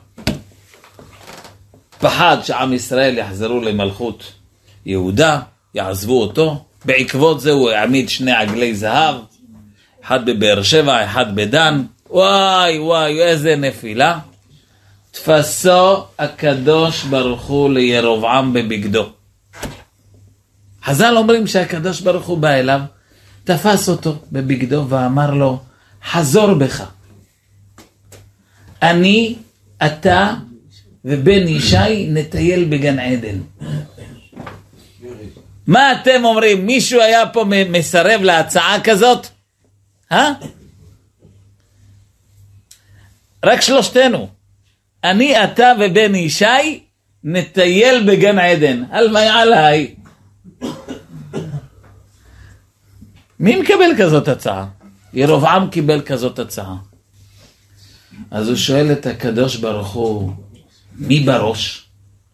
[SPEAKER 1] פחד שעם ישראל יחזרו למלכות יהודה, יעזבו אותו. בעקבות זה הוא העמיד שני עגלי זהב, אחד בבאר שבע, אחד בדן. וואי וואי, איזה נפילה. תפסו הקדוש ברוך הוא לירבעם בבגדו. חז"ל אומרים שהקדוש ברוך הוא בא אליו, תפס אותו בבגדו ואמר לו, חזור בך. אני, אתה ובן ישי נטייל בגן עדן. מה אתם אומרים? מישהו היה פה מסרב להצעה כזאת? אה? רק שלושתנו. אני, אתה ובן ישי נטייל בגן עדן. על מה עליי? מי מקבל כזאת הצעה? ירבעם קיבל כזאת הצעה. אז הוא שואל את הקדוש ברוך הוא, מי בראש?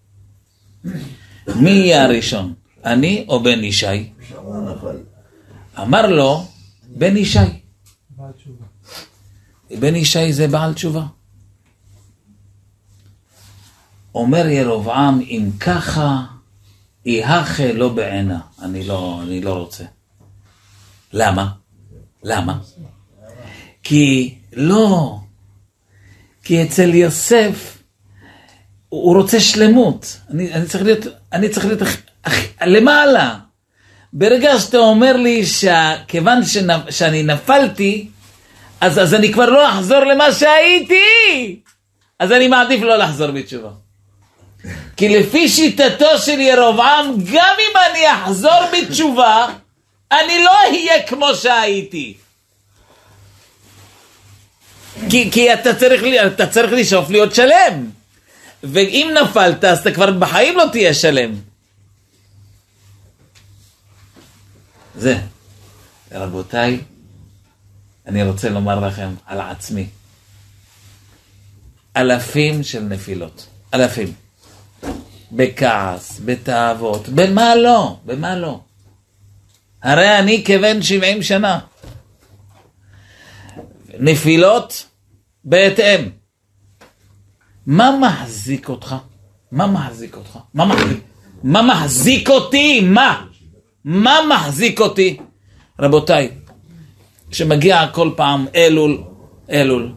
[SPEAKER 1] מי יהיה הראשון? אני או בן ישי? אמר לו, בן ישי.
[SPEAKER 2] בעל תשובה.
[SPEAKER 1] בן ישי זה בעל תשובה. אומר ירבעם, אם ככה, יהכה לא בעינה. אני לא, אני לא רוצה. למה? למה? כי לא, כי אצל יוסף, הוא רוצה שלמות. אני, אני צריך להיות, אני צריך להיות למעלה. ברגע שאתה אומר לי שכיוון שנפ, שאני נפלתי, אז, אז אני כבר לא אחזור למה שהייתי. אז אני מעדיף לא לחזור בתשובה. כי לפי שיטתו של ירבעם, גם אם אני אחזור בתשובה, אני לא אהיה כמו שהייתי. כי, כי אתה צריך, אתה צריך לשאוף להיות שלם. ואם נפלת, אז אתה כבר בחיים לא תהיה שלם. זה. רבותיי, אני רוצה לומר לכם על עצמי. אלפים של נפילות. אלפים. בכעס, בתאוות, במה לא, במה לא. הרי אני כבן שבעים שנה. נפילות בהתאם. מה מחזיק אותך? מה מחזיק אותך? מה מחזיק? מה מחזיק אותי? מה? מה מחזיק אותי? רבותיי, שמגיע כל פעם אלול, אלול.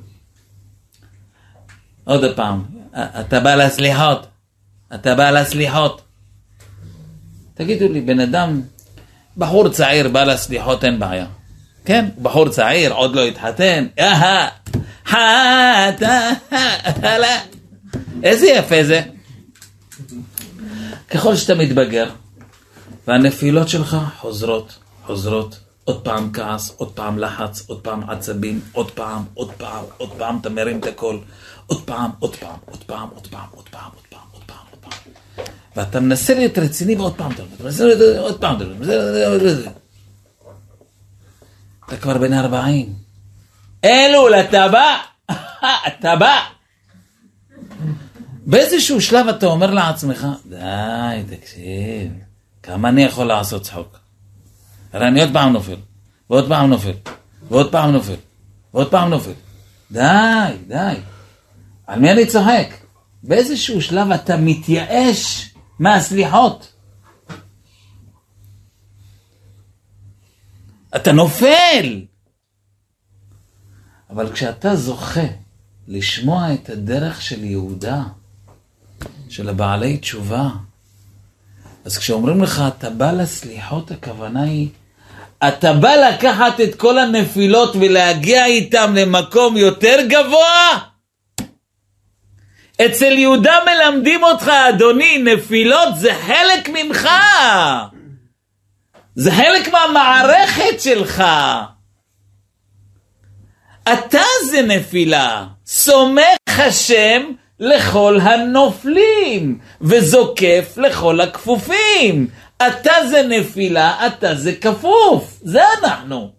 [SPEAKER 1] עוד פעם, אתה בא לסליחות, אתה בא לסליחות. תגידו לי, בן אדם, בחור צעיר בא לסליחות, אין בעיה. כן? בחור צעיר, עוד לא התחתן. אהה, חתה, הלה. איזה יפה זה. ככל שאתה מתבגר, והנפילות שלך חוזרות, חוזרות. עוד פעם כעס, עוד פעם לחץ, עוד פעם עצבים, עוד פעם, עוד פעם, עוד פעם, אתה מרים את הכל. עוד פעם, עוד פעם, עוד פעם, עוד פעם, עוד פעם, עוד פעם, עוד פעם, עוד פעם. ואתה מנסה להיות רציני ועוד פעם, אתה מנסה להיות עוד פעם, אתה מנסה להיות... אתה כבר בן ארבעים. אלול, אתה בא, אתה בא. באיזשהו שלב אתה אומר לעצמך, די, תקשיב, כמה אני יכול לעשות צחוק? הרי אני עוד פעם נופל, ועוד פעם נופל, ועוד פעם נופל, ועוד פעם נופל. די, די. על מי אני צוחק? באיזשהו שלב אתה מתייאש מהסליחות. אתה נופל. אבל כשאתה זוכה לשמוע את הדרך של יהודה, של הבעלי תשובה, אז כשאומרים לך אתה בא לסליחות, הכוונה היא אתה בא לקחת את כל הנפילות ולהגיע איתם למקום יותר גבוה. אצל יהודה מלמדים אותך, אדוני, נפילות זה חלק ממך. זה חלק מהמערכת שלך. אתה זה נפילה. סומך השם לכל הנופלים, וזוקף לכל הכפופים. אתה זה נפילה, אתה זה כפוף. זה אנחנו.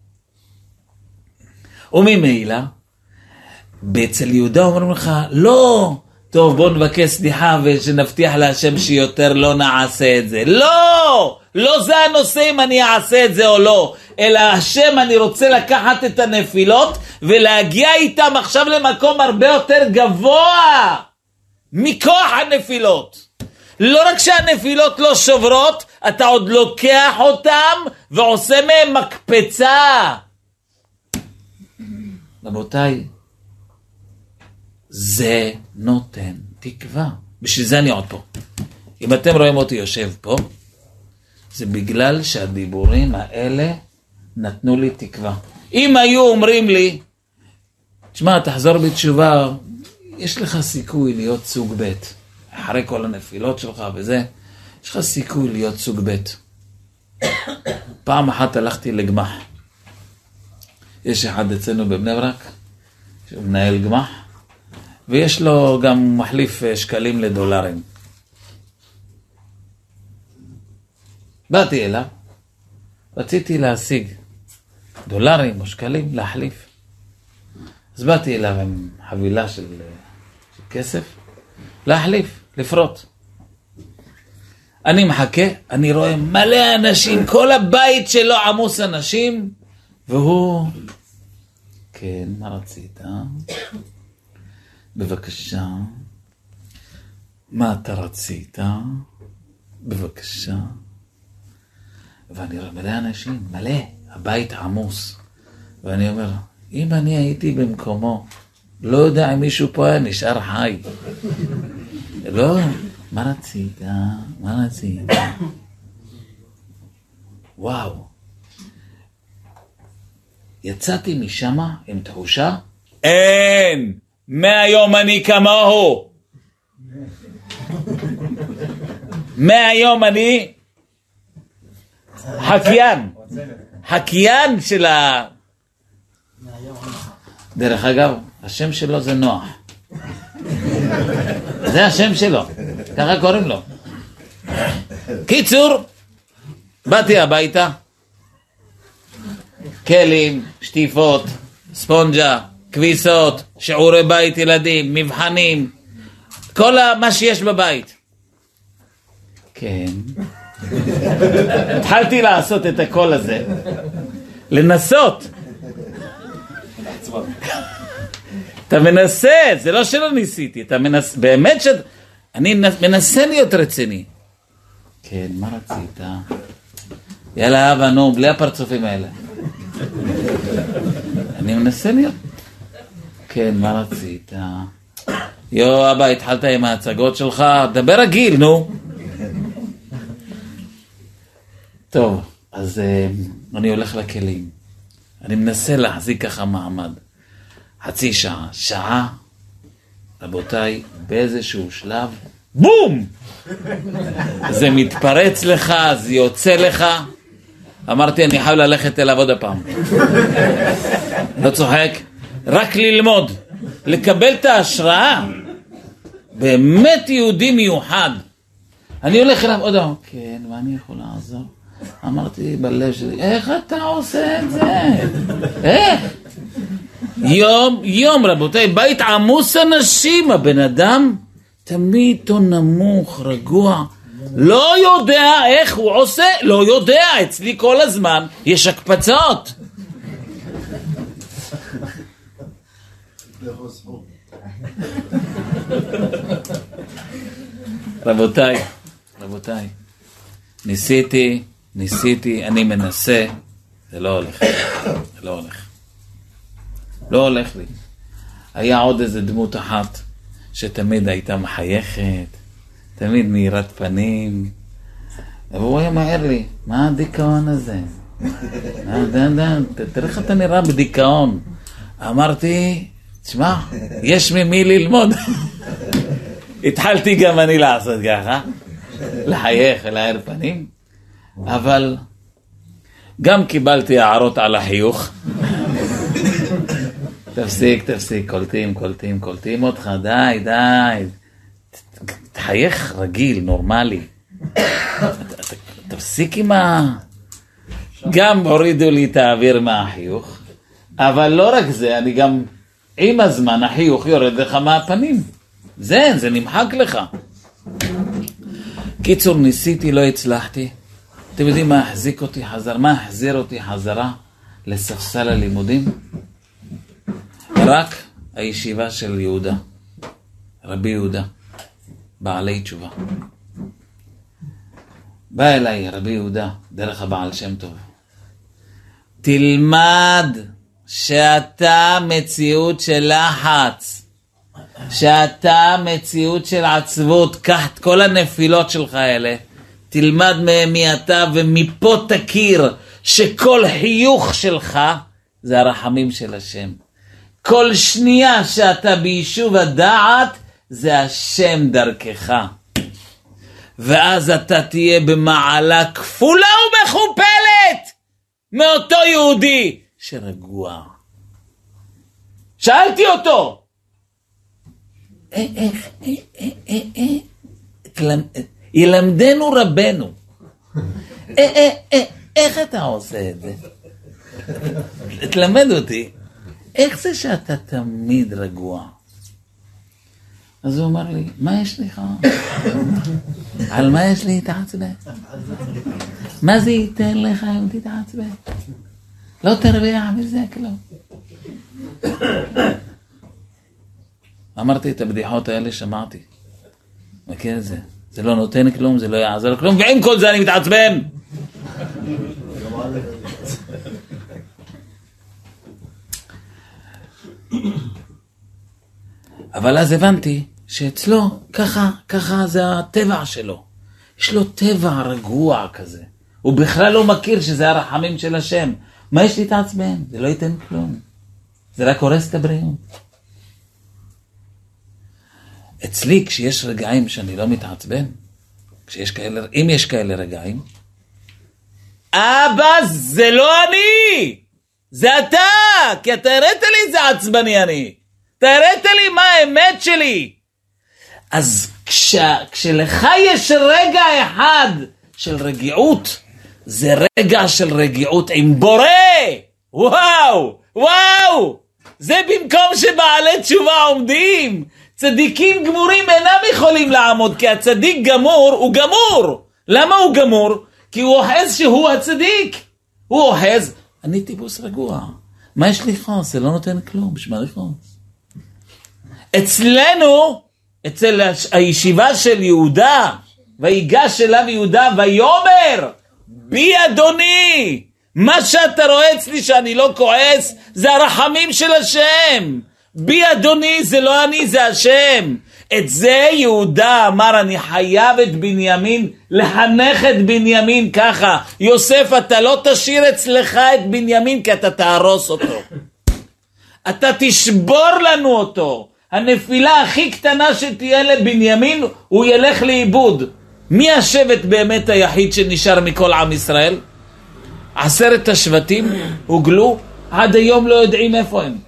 [SPEAKER 1] וממילא, אצל יהודה אומרים לך, לא, טוב בוא נבקש סליחה ושנבטיח להשם שיותר לא נעשה את זה. לא, לא זה הנושא אם אני אעשה את זה או לא, אלא השם אני רוצה לקחת את הנפילות ולהגיע איתם עכשיו למקום הרבה יותר גבוה מכוח הנפילות. לא רק שהנפילות לא שוברות, אתה עוד לוקח אותם ועושה מהם מקפצה. רבותיי, זה נותן תקווה. בשביל זה אני עוד פה. אם אתם רואים אותי יושב פה, זה בגלל שהדיבורים האלה נתנו לי תקווה. אם היו אומרים לי, תשמע, תחזור בתשובה, יש לך סיכוי להיות סוג ב' אחרי כל הנפילות שלך וזה, יש לך סיכוי להיות סוג ב'. פעם אחת הלכתי לגמח. יש אחד אצלנו בבני ברק, שהוא מנהל גמח, ויש לו גם מחליף שקלים לדולרים. באתי אליו, רציתי להשיג דולרים או שקלים, להחליף. אז באתי אליו עם חבילה של, של כסף, להחליף, לפרוט. אני מחכה, אני רואה מלא אנשים, כל הבית שלו עמוס אנשים, והוא, כן, מה רצית? בבקשה. מה אתה רצית? בבקשה. ואני רואה מלא אנשים, מלא, הבית עמוס. ואני אומר, אם אני הייתי במקומו, לא יודע אם מישהו פה היה נשאר חי. לא, מה רצית? מה רצית? וואו. יצאתי משם עם תחושה, אין, מהיום אני כמוהו. מהיום אני חקיין. חקיין של ה... דרך אגב, השם שלו זה נוח. זה השם שלו. ככה קוראים לו. קיצור, באתי הביתה. כלים, שטיפות, ספונג'ה, כביסות, שיעורי בית ילדים, מבחנים, כל מה שיש בבית. כן. התחלתי לעשות את הכל הזה. לנסות. אתה מנסה, זה לא שלא ניסיתי, אתה מנסה, באמת ש... אני מנסה להיות רציני. כן, מה רצית? יאללה אבא, נו, בלי הפרצופים האלה. אני מנסה להיות. כן, מה רצית? יו, אבא, התחלת עם ההצגות שלך, דבר רגיל, נו. טוב, אז uh, אני הולך לכלים. אני מנסה להחזיק ככה מעמד. חצי שעה, שעה, רבותיי, באיזשהו שלב, בום! זה מתפרץ לך, זה יוצא לך. אמרתי, אני חייב ללכת אליו עוד הפעם. לא צוחק, רק ללמוד, לקבל את ההשראה. באמת יהודי מיוחד. אני הולך אליו עוד פעם, כן, ואני יכול לעזור. אמרתי בלב שלי, איך אתה עושה את זה? איך? יום, יום רבותיי, בית עמוס אנשים, הבן אדם תמיד תון נמוך, רגוע, לא יודע איך הוא עושה, לא יודע, אצלי כל הזמן יש הקפצות. רבותיי, רבותיי, ניסיתי, ניסיתי, אני מנסה, זה לא הולך, זה לא הולך. לא הולך לי. היה עוד איזה דמות אחת שתמיד הייתה מחייכת, תמיד מאירת פנים, והוא היה מהר לי, מה הדיכאון הזה? תראה איך אתה נראה בדיכאון. אמרתי, תשמע, יש ממי ללמוד. התחלתי גם אני לעשות ככה, לחייך ולהאיר פנים, אבל גם קיבלתי הערות על החיוך. תפסיק, תפסיק, קולטים, קולטים, קולטים אותך, די, די. תחייך רגיל, נורמלי. תפסיק עם ה... גם הורידו לי את האוויר מהחיוך, אבל לא רק זה, אני גם, עם הזמן החיוך יורד לך מהפנים. זה, זה נמחק לך. קיצור, ניסיתי, לא הצלחתי. אתם יודעים מה החזיק אותי חזרה? מה החזיר אותי חזרה לספסל הלימודים? רק הישיבה של יהודה, רבי יהודה, בעלי תשובה. בא אליי רבי יהודה, דרך הבעל שם טוב. תלמד שאתה מציאות של לחץ, שאתה מציאות של עצבות, קח את כל הנפילות שלך האלה, תלמד מי אתה ומפה תכיר שכל חיוך שלך זה הרחמים של השם. כל שנייה שאתה ביישוב הדעת זה השם דרכך. ואז אתה תהיה במעלה כפולה ומכופלת מאותו יהודי שרגוע. שאלתי אותו, איך, איך, איך, איך, ילמדנו רבנו, איך אתה עושה את זה? תלמד אותי, איך זה שאתה תמיד רגוע? אז הוא אמר לי, מה יש לך? על מה יש לי להתעצבן? מה זה ייתן לך אם תתעצבן? לא תרוויח מזה כלום. אמרתי את הבדיחות האלה, שמעתי. מכיר את זה? זה לא נותן כלום, זה לא יעזר כלום, ועם כל זה אני מתעצבן. אבל אז הבנתי שאצלו ככה, ככה זה הטבע שלו. יש לו טבע רגוע כזה. הוא בכלל לא מכיר שזה הרחמים של השם. מה יש לי להתעצבן? זה לא ייתן כלום. זה רק הורס את הבריאות. אצלי כשיש רגעים שאני לא מתעצבן, כשיש כאלה, אם יש כאלה רגעים, אבא זה לא אני, זה אתה, כי אתה הראת לי זה עצבני אני, אתה הראת לי מה האמת שלי. אז כש, כשלך יש רגע אחד של רגיעות, זה רגע של רגיעות עם בורא. וואו, וואו, זה במקום שבעלי תשובה עומדים. צדיקים גמורים אינם יכולים לעמוד, כי הצדיק גמור הוא גמור. למה הוא גמור? כי הוא אוחז שהוא הצדיק. הוא אוחז, אני טיפוס רגוע. מה יש לי חוס? זה לא נותן כלום, בשמה לי חוס. אצלנו, אצל הישיבה של יהודה, ויגש אליו יהודה ויאמר, בי אדוני, מה שאתה רואה אצלי שאני לא כועס, זה הרחמים של השם. בי אדוני, זה לא אני, זה השם. את זה יהודה אמר, אני חייב את בנימין, לחנך את בנימין ככה. יוסף, אתה לא תשאיר אצלך את בנימין, כי אתה תהרוס אותו. אתה תשבור לנו אותו. הנפילה הכי קטנה שתהיה לבנימין, הוא ילך לאיבוד. מי השבט באמת היחיד שנשאר מכל עם ישראל? עשרת השבטים הוגלו, עד היום לא יודעים איפה הם.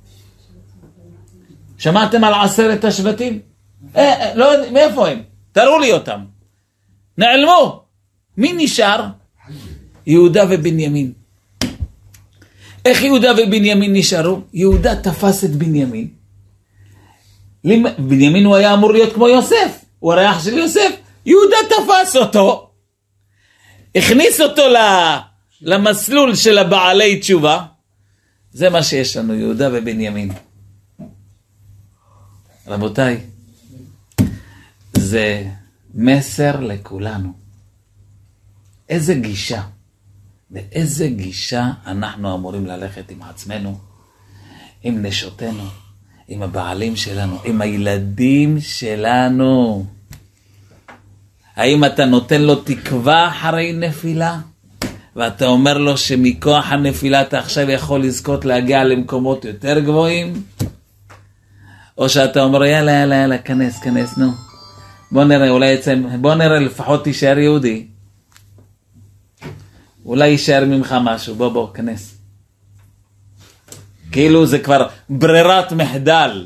[SPEAKER 1] שמעתם על עשרת השבטים? אה, לא יודעים, מאיפה הם? תראו לי אותם. נעלמו. מי נשאר? יהודה ובנימין. איך יהודה ובנימין נשארו? יהודה תפס את בנימין. בנימין הוא היה אמור להיות כמו יוסף. הוא הריח של יוסף. יהודה תפס אותו. הכניס אותו למסלול של הבעלי תשובה. זה מה שיש לנו, יהודה ובנימין. רבותיי, זה מסר לכולנו. איזה גישה, באיזה גישה אנחנו אמורים ללכת עם עצמנו, עם נשותינו, עם הבעלים שלנו, עם הילדים שלנו. האם אתה נותן לו תקווה אחרי נפילה? ואתה אומר לו שמכוח הנפילה אתה עכשיו יכול לזכות להגיע למקומות יותר גבוהים? או שאתה אומר, יאללה, יאללה, יאללה, כנס, כנס, נו. בוא נראה, אולי יצא, בוא נראה, לפחות תישאר יהודי. אולי יישאר ממך משהו, בוא, בוא, כנס. כאילו זה כבר ברירת מחדל.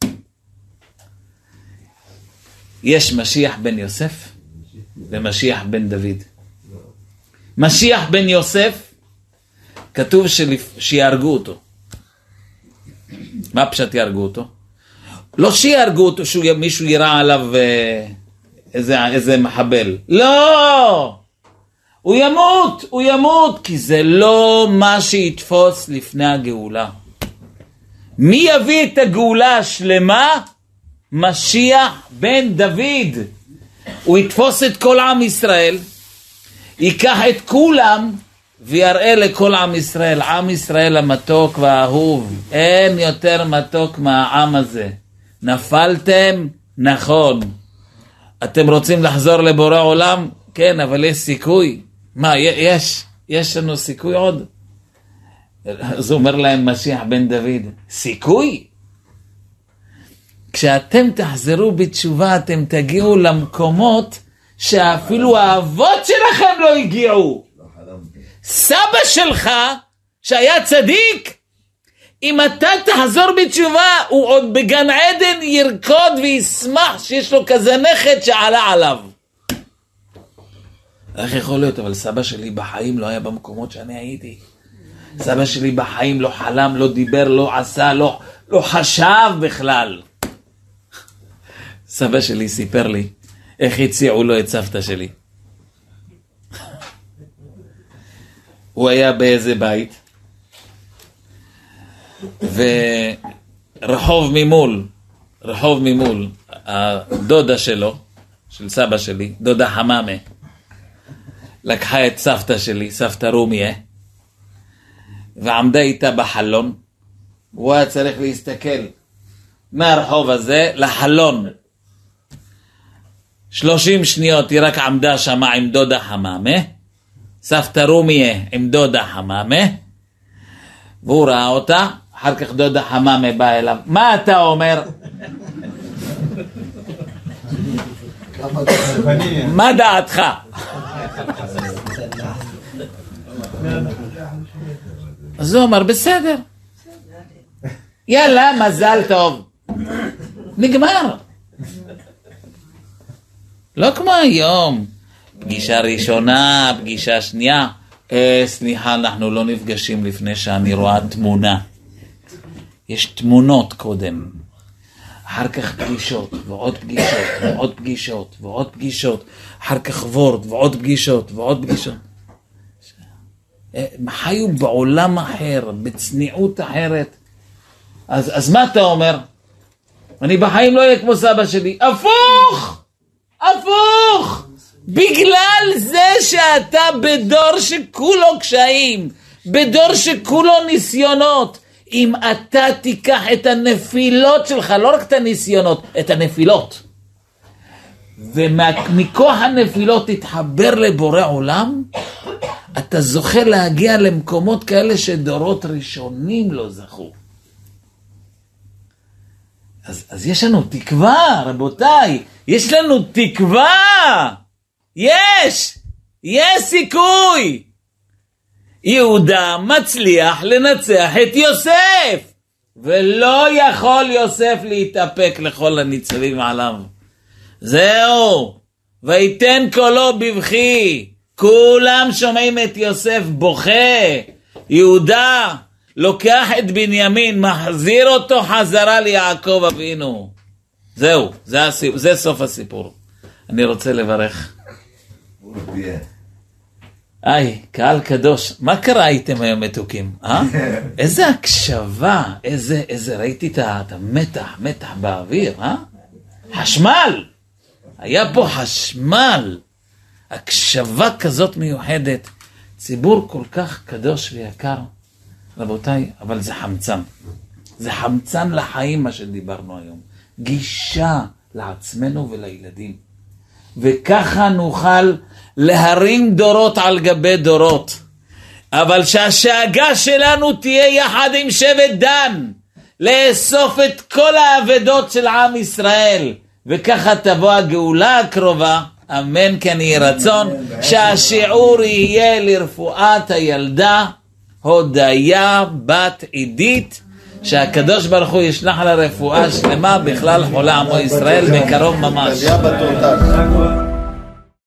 [SPEAKER 1] יש משיח בן יוסף ומשיח בן דוד. משיח בן יוסף, כתוב שלפ... שיארגו אותו. מה פשט יארגו אותו? לא שיארגו אותו שמישהו יראה עליו איזה, איזה מחבל. לא! הוא ימות, הוא ימות, כי זה לא מה שיתפוס לפני הגאולה. מי יביא את הגאולה השלמה? משיח בן דוד. הוא יתפוס את כל עם ישראל, ייקח את כולם ויראה לכל עם ישראל, עם ישראל המתוק והאהוב, אין יותר מתוק מהעם הזה. נפלתם? נכון. אתם רוצים לחזור לבורא עולם? כן, אבל יש סיכוי. מה, יש? יש לנו סיכוי עוד? אז אומר להם משיח בן דוד, סיכוי? כשאתם תחזרו בתשובה, אתם תגיעו למקומות שאפילו האבות שלכם לא הגיעו. סבא שלך, שהיה צדיק, אם אתה תחזור בתשובה, הוא עוד בגן עדן ירקוד וישמח שיש לו כזה נכד שעלה עליו. איך יכול להיות? אבל סבא שלי בחיים לא היה במקומות שאני הייתי. סבא שלי בחיים לא חלם, לא דיבר, לא עשה, לא, לא חשב בכלל. סבא שלי סיפר לי איך הציעו לו את סבתא שלי. הוא היה באיזה בית, ורחוב ממול, רחוב ממול, הדודה שלו, של סבא שלי, דודה חממה, לקחה את סבתא שלי, סבתא רומיה, ועמדה איתה בחלון. הוא היה צריך להסתכל מהרחוב הזה לחלון. שלושים שניות היא רק עמדה שמה עם דודה חממה, סבתא רומיה עם דודה חממה, והוא ראה אותה. אחר כך דודה חממה בא אליו, מה אתה אומר? מה דעתך? אז הוא אומר, בסדר, יאללה, מזל טוב, נגמר. לא כמו היום, פגישה ראשונה, פגישה שנייה, אה, סליחה, אנחנו לא נפגשים לפני שאני רואה תמונה. יש תמונות קודם, אחר כך פגישות, ועוד פגישות, ועוד פגישות, ועוד פגישות, אחר כך וורד, ועוד פגישות, ועוד פגישות. הם חיו בעולם אחר, בצניעות אחרת. אז, אז מה אתה אומר? אני בחיים לא אהיה כמו סבא שלי. הפוך! הפוך! בגלל זה שאתה בדור שכולו קשיים, בדור שכולו ניסיונות, אם אתה תיקח את הנפילות שלך, לא רק את הניסיונות, את הנפילות, ומכוח הנפילות תתחבר לבורא עולם, אתה זוכה להגיע למקומות כאלה שדורות ראשונים לא זכו. אז, אז יש לנו תקווה, רבותיי, יש לנו תקווה, יש, יש סיכוי. יהודה מצליח לנצח את יוסף, ולא יכול יוסף להתאפק לכל הניצבים עליו. זהו, ויתן קולו בבכי, כולם שומעים את יוסף בוכה. יהודה לוקח את בנימין, מחזיר אותו חזרה ליעקב אבינו. זהו, זה, הסיפור, זה סוף הסיפור. אני רוצה לברך. היי, קהל קדוש, מה קרה איתם היום מתוקים? אה? איזה הקשבה, איזה, איזה, ראיתי את המתח, מתח באוויר, אה? חשמל! היה פה חשמל, הקשבה כזאת מיוחדת, ציבור כל כך קדוש ויקר. רבותיי, אבל זה חמצן. זה חמצן לחיים מה שדיברנו היום. גישה לעצמנו ולילדים. וככה נוכל להרים דורות על גבי דורות. אבל שהשאגה שלנו תהיה יחד עם שבט דן, לאסוף את כל האבדות של עם ישראל, וככה תבוא הגאולה הקרובה. אמן כן יהי רצון. שהשיעור יהיה לרפואת הילדה הודיה בת עידית, שהקדוש ברוך הוא ישלח לה רפואה שלמה בכלל חולה עמו ישראל בקרוב ממש.